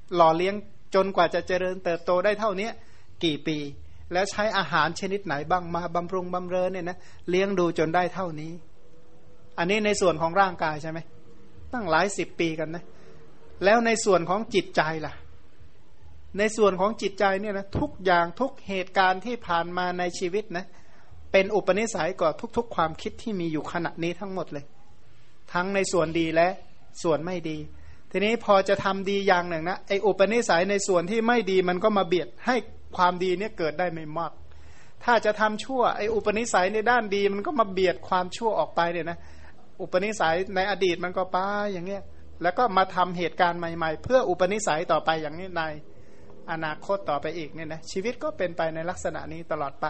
หล่อเลี้ยงจนกว่าจะเจริญเติบโตได้เท่านี้กี่ปีแล้วใช้อาหารชนิดไหนบ้างมาบำรุงบำเรอเนี่ยนะเลี้ยงดูจนได้เท่านี้อันนี้ในส่วนของร่างกายใช่ไหมตั้งหลายสิบปีกันนะแล้วในส่วนของจิตใจล่ะในส่วนของจิตใจเนี่ยนะทุกอย่างทุกเหตุการณ์ที่ผ่านมาในชีวิตนะเป็นอุปนิสัยก่อทุกๆความคิดที่มีอยู่ขณะนี้ทั้งหมดเลยทั้งในส่วนดีและส่วนไม่ดีทีนี้พอจะทำดีอย่างหนึ่งนะไออุปนิสัยในส่วนที่ไม่ดีมันก็มาเบียดให้ความดีเนี่ยเกิดได้ไม่มากถ้าจะทำชั่วไออุปนิสัยในด้านดีมันก็มาเบียดความชั่วออกไปเนี่ยนะอุปนิสัยในอดีตมันก็ไปอย่างเงี้ยแล้วก็มาทำเหตุการณ์ใหม่ๆเพื่ออุปนิสัยต่อไปอย่างนี้ในอนาคตต่อไปอีกเนี่ยนะชีวิตก็เป็นไปในลักษณะนี้ตลอดไป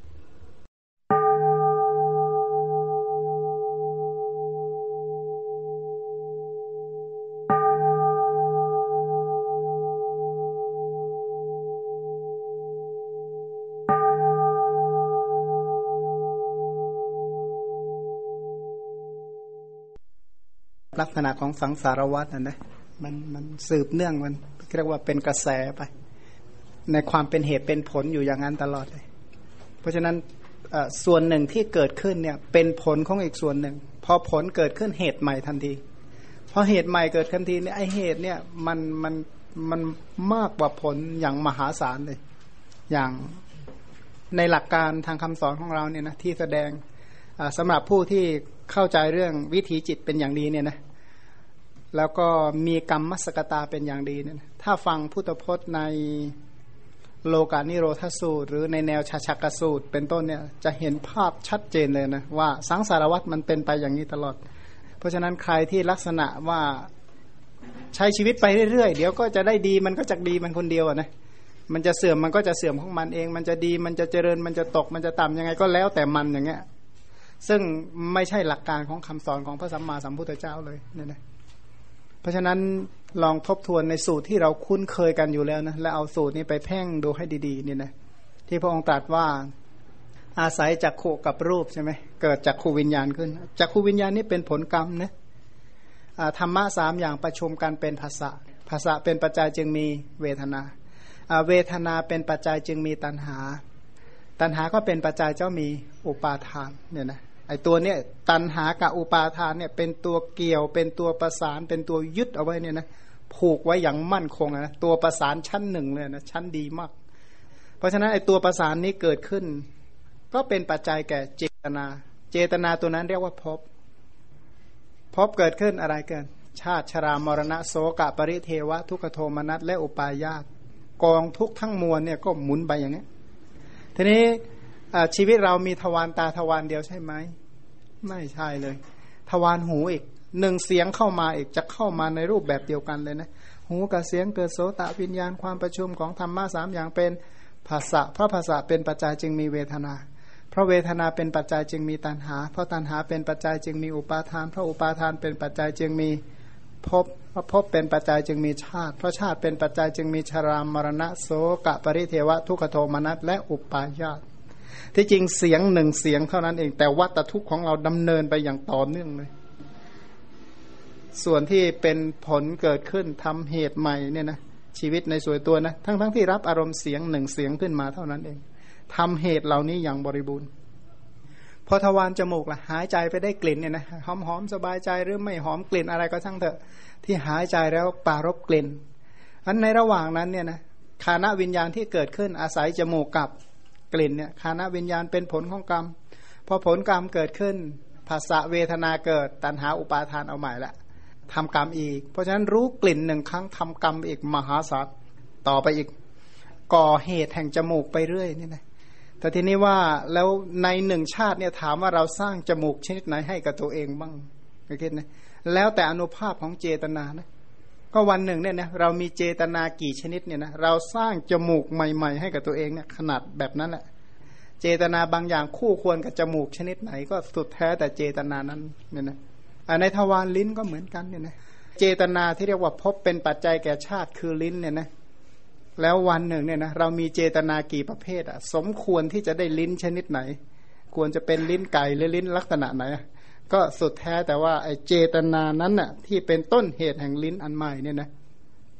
ลักษณะของสังสารวัฏนะนะมันมันสืบเนื่องมันเรียกว่าเป็นกระแสไปในความเป็นเหตุเป็นผลอยู่อย่างนั้นตลอดเลยเพราะฉะนั้นส่วนหนึ่งที่เกิดขึ้นเนี่ยเป็นผลของอีกส่วนหนึ่งพอผลเกิดขึ้นเหตุใหม่ทันทีพอเหตุใหม่เกิดทันทีเนี่ยไอเหตุเนี่ยมันมันมันมากกว่าผลอย่างมหาศาลเลยอย่างในหลักการทางคำสอนของเราเนี่ยนะที่แสดงสำหรับผู้ที่เข้าใจเรื่องวิถีจิตเป็นอย่างดีเนี่ยนะแล้วก็มีกรรมมัสกตาเป็นอย่างดีเนี่ยถ้าฟังพุทธพจน์ในโลกานิโรธสูตรหรือในแนวชาชักสูตรเป็นต้นเนี่ยจะเห็นภาพชัดเจนเลยนะว่าสังสารวัฏมันเป็นไปอย่างนี้ตลอดเพราะฉะนั้นใครที่ลักษณะว่าใช้ชีวิตไปเรื่อยๆเดี๋ยวก็จะได้ดีมันก็จะดีมันคนเดียวนะมันจะเสื่อมมันก็จะเสื่อมของมันเองมันจะดีมันจะเจริญมันจะตกมันจะต่ำยังไงก็แล้วแต่มันอย่างเงี้ยซึ่งไม่ใช่หลักการของคำสอนของพระสัมมาสัมพุทธเจ้าเลยเนี่ยนะเพราะฉะนั้นลองทบทวนในสูตรที่เราคุ้นเคยกันอยู่แล้วนะแล้วเอาสูตรนี้ไปเพ่งดูให้ดีๆนี่นะที่พระองค์ตรัสว่าอาศัยจักขุกับรูปใช่ไหมเกิดจักขุวิญญาณขึ้นจักขุวิญญาณนี่เป็นผลกรรมนะธรรมะสามอย่างประชุมกันเป็นภาษาภาษาเป็นปัจจัยจึงมีเวทนาเวทนาเป็นปัจจัยจึงมีตัณหาตัณหาก็เป็นปัจจัยเจ้ามีอุปาทานเนี่ยนะไอตัวเนี้ยตัณหากับอุปาทานเนี่ยเป็นตัวเกี่ยวเป็นตัวประสานเป็นตัวยึดเอาไว้เนี่ยนะผูกไว้อย่างมั่นคงนะตัวประสานชั้นหนึ่งเลยนะชั้นดีมากเพราะฉะนั้นไอตัวประสานนี้เกิดขึ้นก็เป็นปัจจัยแก่เจตนาเจตนาตัวนั้นเรียกว่าภพภพเกิดขึ้นอะไรเกินชาติชรามรณะโสกะปริเทวะทุกขโทมนัสและอุปาญาตกองทุกทั้งมวลเนี่ยก็หมุนไปอย่างนี้ทีนี้ชีวิตเรามีทวารตาทวารเดียวใช่ไหมไม่ใช่เลยทวารหูอีกหนึ่งเสียงเข้ามาอีกจะเข้ามาในรูปแบบเดียวกันเลยนะหูกับเสียงเกิดโสตวิญญาณความประชุมของธรรมะสามอย่างเป็นภาษาเพราะภาษาเป็นปัจจัยจึงมีเวทนาเพราะเวทนาเป็นปัจจัยจึงมีตัณหาเพราะตัณหาเป็นปัจจัยจึงมีอุปาทานเพราะอุปาทานเป็นปัจจัยจึงมีภพเพราะภพเป็นปัจจัยจึงมีชาติเพราะชาติเป็นปัจจัยจึงมีชรามรณะโสกะปริเทวะทุกขโทมนัสและอุปาญาตที่จริงเสียงหนึ่งเสียงเท่านั้นเองแต่วัฏทุกข์ของเราดำเนินไปอย่างต่อเนื่องเลยส่วนที่เป็นผลเกิดขึ้นทำเหตุใหม่เนี่ยนะชีวิตในส่วนตัวนะทั้งทั้งที่รับอารมณ์เสียงหนึ่งเสียงขึ้นมาเท่านั้นเองทำเหตุเหล่านี้อย่างบริบูรณ์พอทวารจมูกล่ะหายใจไปได้กลิ่นเนี่ยนะหอมหอมสบายใจหรือไม่หอมกลิ่นอะไรก็ช่างเถอะที่หายใจแล้วปรารภกลิ่นอันในระหว่างนั้นเนี่ยนะฆานวิญญาณที่เกิดขึ้นอาศัยจมูกกับกลิ่นเนี่ยฆานวิญญาณเป็นผลของกรรมพอผลกรรมเกิดขึ้นภาษาเวทนาเกิดตัณหาอุปาทานเอาใหม่ละทำกรรมอีกเพราะฉะนั้นรู้กลิ่นหนึ่งครั้งทำกรรมอีกมหาศาลต่อไปอีกก่อเหตุแห่งจมูกไปเรื่อยนี่นะแต่ทีนี้ว่าแล้วในหนึ่งชาติเนี่ยถามว่าเราสร้างจมูกชนิดไหนให้กับตัวเองบ้างไม่คิดนะแล้วแต่อนุภาพของเจตนานะก็วันหนึ่งเนี่ยนะเรามีเจตนากี่ชนิดเนี่ยนะเราสร้างจมูกใหม่ๆให้กับตัวเองเนี่ยขนาดแบบนั้นแหละเจตนาบางอย่างคู่ควรกับจมูกชนิดไหนก็สุดแท้แต่เจตนานั้นเนี่ยนะในทวารลิ้นก็เหมือนกันเนี่ยนะเจตนาที่เรียกว่าพบเป็นปัจจัยแก่ชาติคือลิ้นเนี่ยนะแล้ววันหนึ่งเนี่ยนะเรามีเจตนากี่ประเภทอ่ะสมควรที่จะได้ลิ้นชนิดไหนควรจะเป็นลิ้นไก่หรือลิ้นลักษณะไหนก็สุดแท้แต่ว่าไอ้เจตนานั้นน่ะที่เป็นต้นเหตุแห่งลิ้นอันใหม่เนี่ยนะ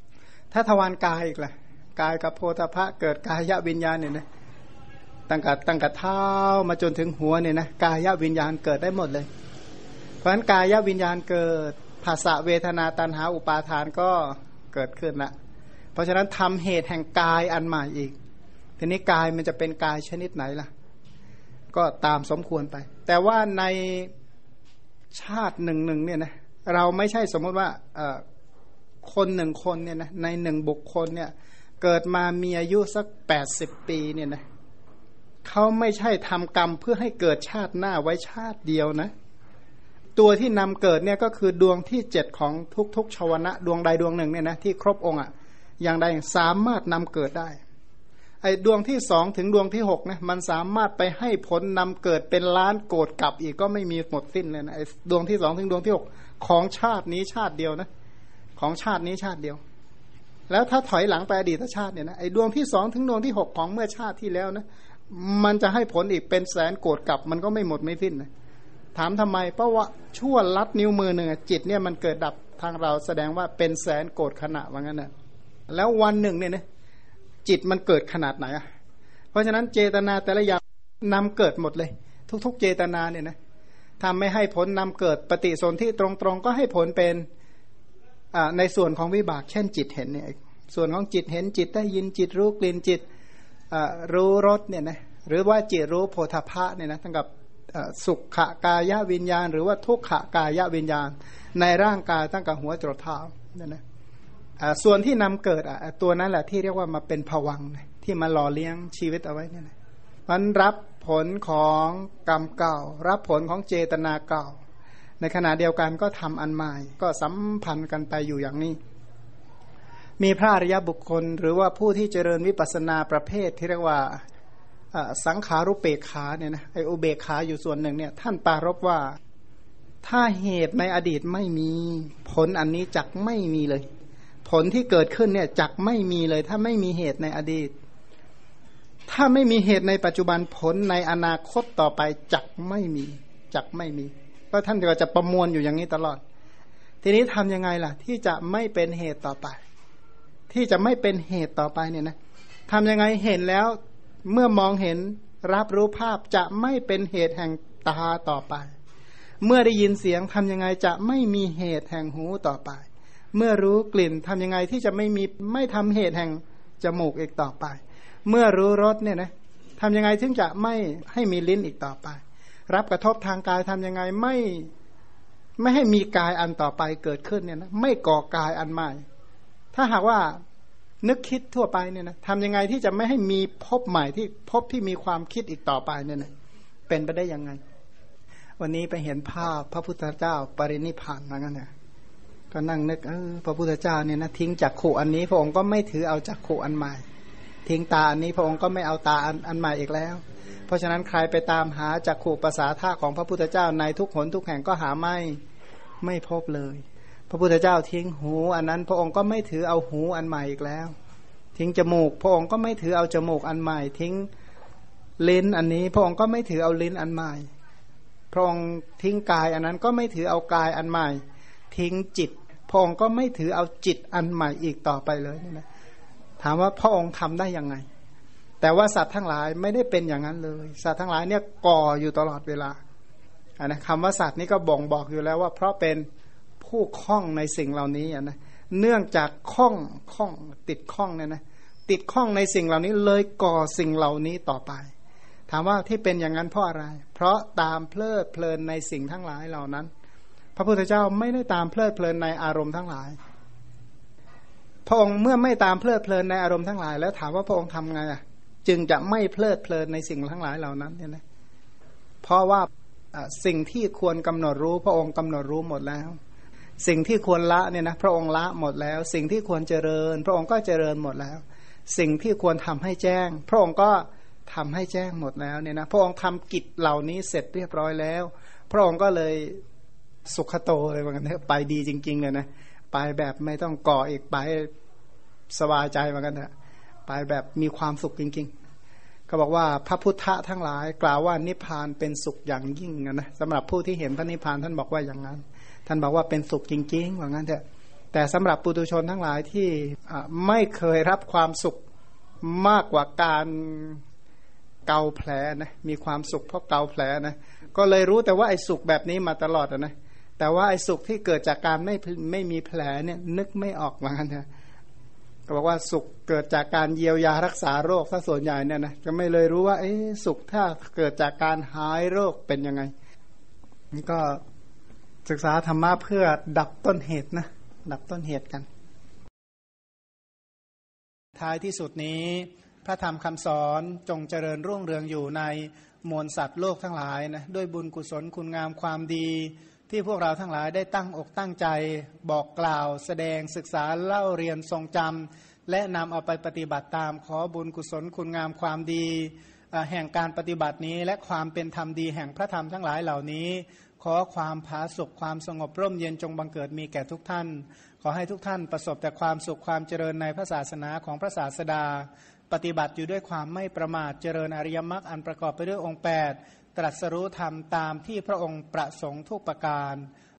ถ้าทวารกายอีกล่ะกายกับโพธพะเกิดกายวิญญาณเนี่ยนะตั้งแต่ตั้งแต่เท้ามาจนถึงหัวเนี่ยนะกายวิญญาณเกิดได้หมดเลยเพราะฉะนั้นกายวิญญาณเกิดภาษาเวทนาตัณหาอุปาทานก็เกิดขึ้นละเพราะฉะนั้นทำเหตุแห่งกายอันใหม่อีกทีนี้กายมันจะเป็นกายชนิดไหนล่ะก็ตามสมควรไปแต่ว่าในชาติหนึ่งหนึ่งเนี่ยนะเราไม่ใช่สมมติว่าคนหนึ่งคนเนี่ยนะในหนึ่งบุคคลเนี่ยเกิดมามีอายุสักแปดสิบปีเนี่ยนะเขาไม่ใช่ทำกรรมเพื่อให้เกิดชาติหน้าไว้ชาติเดียวนะตัวที่นำเกิดเนี่ยก็คือดวงที่เจ็ดของทุกๆชวนะดวงใดดวงหนึ่งเนี่ยนะที่ครบองค์อ่ะอย่างใดสามารถนำเกิดได้ไอ้ดวงที่สองถึงดวงที่หกนะมันสามารถไปให้ผลนำเกิดเป็นล้านโกรธกลับอีกก็ไม่มีหมดสิ้นเลยนะไอ้ดวงที่สองถึงดวงที่หกของชาตินี้ชาติเดียวนะของชาตินี้ชาติเดียวแล้วถ้าถอยหลังไปอดีตชาติเนี่ยนะไอ้ดวงที่สองถึงดวงที่หกของเมื่อชาติที่แล้วนะมันจะให้ผลอีกเป็นแสนโกรธกลับมันก็ไม่หมดไม่สิ้นนะถามทำไมเพราะว่าชั่วลัดนิ้วมือหนึ่งจิตเนี่ยมันเกิดดับทางเราแสดงว่าเป็นแสนโกรธขณะว่างั้นนะแล้ววันหนึ่งเนี่ยนะจิตมันเกิดขนาดไหนอ่ะเพราะฉะนั้นเจตนาแต่ละอย่างนำเกิดหมดเลยทุกๆเจตนาเนี่ยนะทำไม่ให้ผลนำเกิดปฏิสนธิตรงๆก็ให้ผลเป็นในส่วนของวิบากเช่นจิตเห็นเนี่ยส่วนของจิตเห็นจิตได้ยินจิตรู้กลิ่นจิตรู้รสเนี่ยนะหรือว่าจิตรู้โผฏฐัพพะเนี่ยนะทั้งกับสุขกายวิญญาณหรือว่าทุกขกายวิญญาณในร่างกายตั้งแต่หัวจรดเท้าเนี่ยนะส่วนที่นำเกิดตัวนั้นแหละที่เรียกว่ามาเป็นภวังค์ที่มาหล่อเลี้ยงชีวิตเอาไว้เนี่ยนะมันรับผลของกรรมเก่ารับผลของเจตนาเก่าในขณะเดียวกันก็ทำอันใหม่ก็สัมพันธ์กันไปอยู่อย่างนี้มีพระอริยบุคคลหรือว่าผู้ที่เจริญวิปัสสนาประเภทที่เรียกว่าสังขารุเปกขาเนี่ยนะไออุเบกขาอยู่ส่วนหนึ่งเนี่ยท่านปรารภว่าถ้าเหตุในอดีตไม่มีผลอันนี้จักไม่มีเลยผลที่เกิดขึ้นเนี่ยจักไม่มีเลยถ้าไม่มีเหตุในอดีตถ้าไม่มีเหตุในปัจจุบันผลในอนาคตต่อไปจักไม่มีจักไม่มีเพราะท่านก็จะประมวลอยู่อย่างนี้ตลอดทีนี้ทำยังไงล่ะที่จะไม่เป็นเหตุต่อไปที่จะไม่เป็นเหตุต่อไปเนี่ยนะทำยังไงเห็นแล้วเมื่อมองเห็นรับรู้ภาพจะไม่เป็นเหตุแห่งตาต่อไปเมื่อได้ยินเสียงทำยังไงจะไม่มีเหตุแห่งหูต่อไปเมื่อรู้กลิ่นทำยังไงที่จะไม่มีไม่ทำเหตุแห่งจมูกอีกต่อไปเมื่อรู้รสเนี่ยนะทำยังไงถึงจะไม่ให้มีลิ้นอีกต่อไปรับกระทบทางกายทำยังไงไม่ไม่ให้มีกายอันต่อไปเกิดขึ้นเนี่ยนะไม่ก่อกายอันใหม่ถ้าหากว่านึกคิดทั่วไปเนี่ยนะทำยังไงที่จะไม่ให้มีภพใหม่ที่ภพที่มีความคิดอีกต่อไปเนี่ยนะเป็นไปได้ยังไงวันนี้ไปเห็นภาพพระพุทธเจ้าปรินิพพานมางั้นเนี่ยก็นั่งนึกเออพระพุทธเจ้าเนี่ยนะทิ้งจักขุอันนี้พระองค์ก็ไม่ถือเอาจักขุอันใหม่ทิ้งตาอันนี้พระองค์ก็ไม่เอาตาอันอันใหม่อีกแล้วเพราะฉะนั้นใครไปตามหาจักขุปัสสาทะของพระพุทธเจ้าในทุกหนทุกแห่งก็หาไม่ไม่พบเลยพระพุทธเจ้าทิ้งหูอันนั้นพระองค์ก็ไม่ถือเอาหูอันใหม่อีกแล้วทิ้งจมูกพระองค์ก็ไม่ถือเอาจมูกอันใหม่ทิ้งลิ้นอันนี้พระองค์ก็ไม่ถือเอาลิ้นอันใหม่พระองค์ทิ้งกายอันนั้นก็ไม่ถือเอากายอันใหม่ทิ้งจิตพระองค์ก็ไม่ถือเอาจิตอันใหม่อีกต่อไปเลยนี่นะถามว่าพระองค์ทำได้ยังไงแต่ว่าสัตว์ทั้งหลายไม่ได้เป็นอย่างนั้นเลยสัตว์ทั้งหลายเนี่ยก่ออยู่ตลอดเวลาอันนะคำว่าสัตว์นี่ก็บ่งบอกอยู่แล้วว่าเพราะเป็นผู้คล้องในสิ่งเหล่านี้อ่ะนะเนื่องจากคล้องคล้องติดคล้องเนี่ยนะติดคล้องในสิ่งเหล่านี้เลยก่อสิ่งเหล่านี้ต่อไปถามว่าที่เป็นอย่างนั้นเพราะอะไรเพราะตามเพลิดเพลินในสิ่งทั้งหลายเหล่านั้นพระพุทธเจ้าไม่ได้ตามเพลิดเพลินในอารมณ์ทั้งหลายพระองค์เมื่อไม่ตามเพลิดเพลินในอารมณ์ทั้งหลายแล้วถามว่าพระองค์ทำไงอ่ะจึงจะไม่เพลิดเพลินในสิ่งทั้งหลายเหล่านั้นเนี่ยนะเพราะว่าสิ่งที่ควรกำหนดรู้พระองค์กำหนดรู้หมดแล้วสิ่งที่ควรละเนี่ยนะพระองค์ละหมดแล้วสิ่งที่ควรเจริญพระองค์ก็เจริญหมดแล้วสิ่งที่ควรทำให้แจ้งพระองค์ก็ทำให้แจ้งหมดแล้วเนี่ยนะพระองค์ทำกิจเหล่านี้เสร็จเรียบร้อยแล้วพระองค์ก็เลยสุขโตเลยว่างั้นเถอะไปดีจริงๆเลยนะไปแบบไม่ต้องก่ออีกไปสบายใจว่างั้นเถอะไปแบบมีความสุขจริงๆก็บอกว่าพระพุทธะทั้งหลายกล่าวว่านิพพานเป็นสุขอย่างยิ่งนะสำหรับผู้ที่เห็นพระนิพพานท่านบอกว่าอย่างนั้นท่านบอกว่าเป็นสุขจริงๆว่างั้นเถอะแต่สำหรับปุถุชนทั้งหลายที่ไม่เคยรับความสุขมากกว่าการเกาแผลนะมีความสุขเพราะเกาแผลนะก็เลยรู้แต่ว่าไอ้สุขแบบนี้มาตลอดนะแต่ว่าไอ้สุขที่เกิดจากการไม่ไม่มีแผลเนี่ยนึกไม่ออกเหมือนกันนะก็บอกว่าสุขเกิดจากการเยียวยารักษาโรคถ้าส่วนใหญ่เนี่ยนะก็ไม่เลยรู้ว่าเอ๊ะสุขถ้าเกิดจากการหายโรคเป็นยังไงนี่ก็ศึกษาธรรมะเพื่อดับต้นเหตุนะดับต้นเหตุกันท้ายที่สุดนี้พระธรรมคำสอนจงเจริญรุ่งเรืองอยู่ในมวลสัตว์โลกทั้งหลายนะด้วยบุญกุศลคุณงามความดีที่พวกเราทั้งหลายได้ตั้งอกตั้งใจบอกกล่าวแสดงศึกษาเล่าเรียนทรงจำและนำเอาไปปฏิบัติตามขอบุญกุศลคุณงามความดีแห่งการปฏิบัตินี้และความเป็นธรรมดีแห่งพระธรรมทั้งหลายเหล่านี้ขอความผาสุกความสงบร่มเย็นจงบังเกิดมีแก่ทุกท่านขอให้ทุกท่านประสบแต่ความสุขความเจริญในพระศาสนาของพระศาสดาปฏิบัติอยู่ด้วยความไม่ประมาทเจริญอริยมรรคอันประกอบไปด้วยองค์แปดตรัสรู้ธรรมตามที่พระองค์ประสงค์ทุกประการ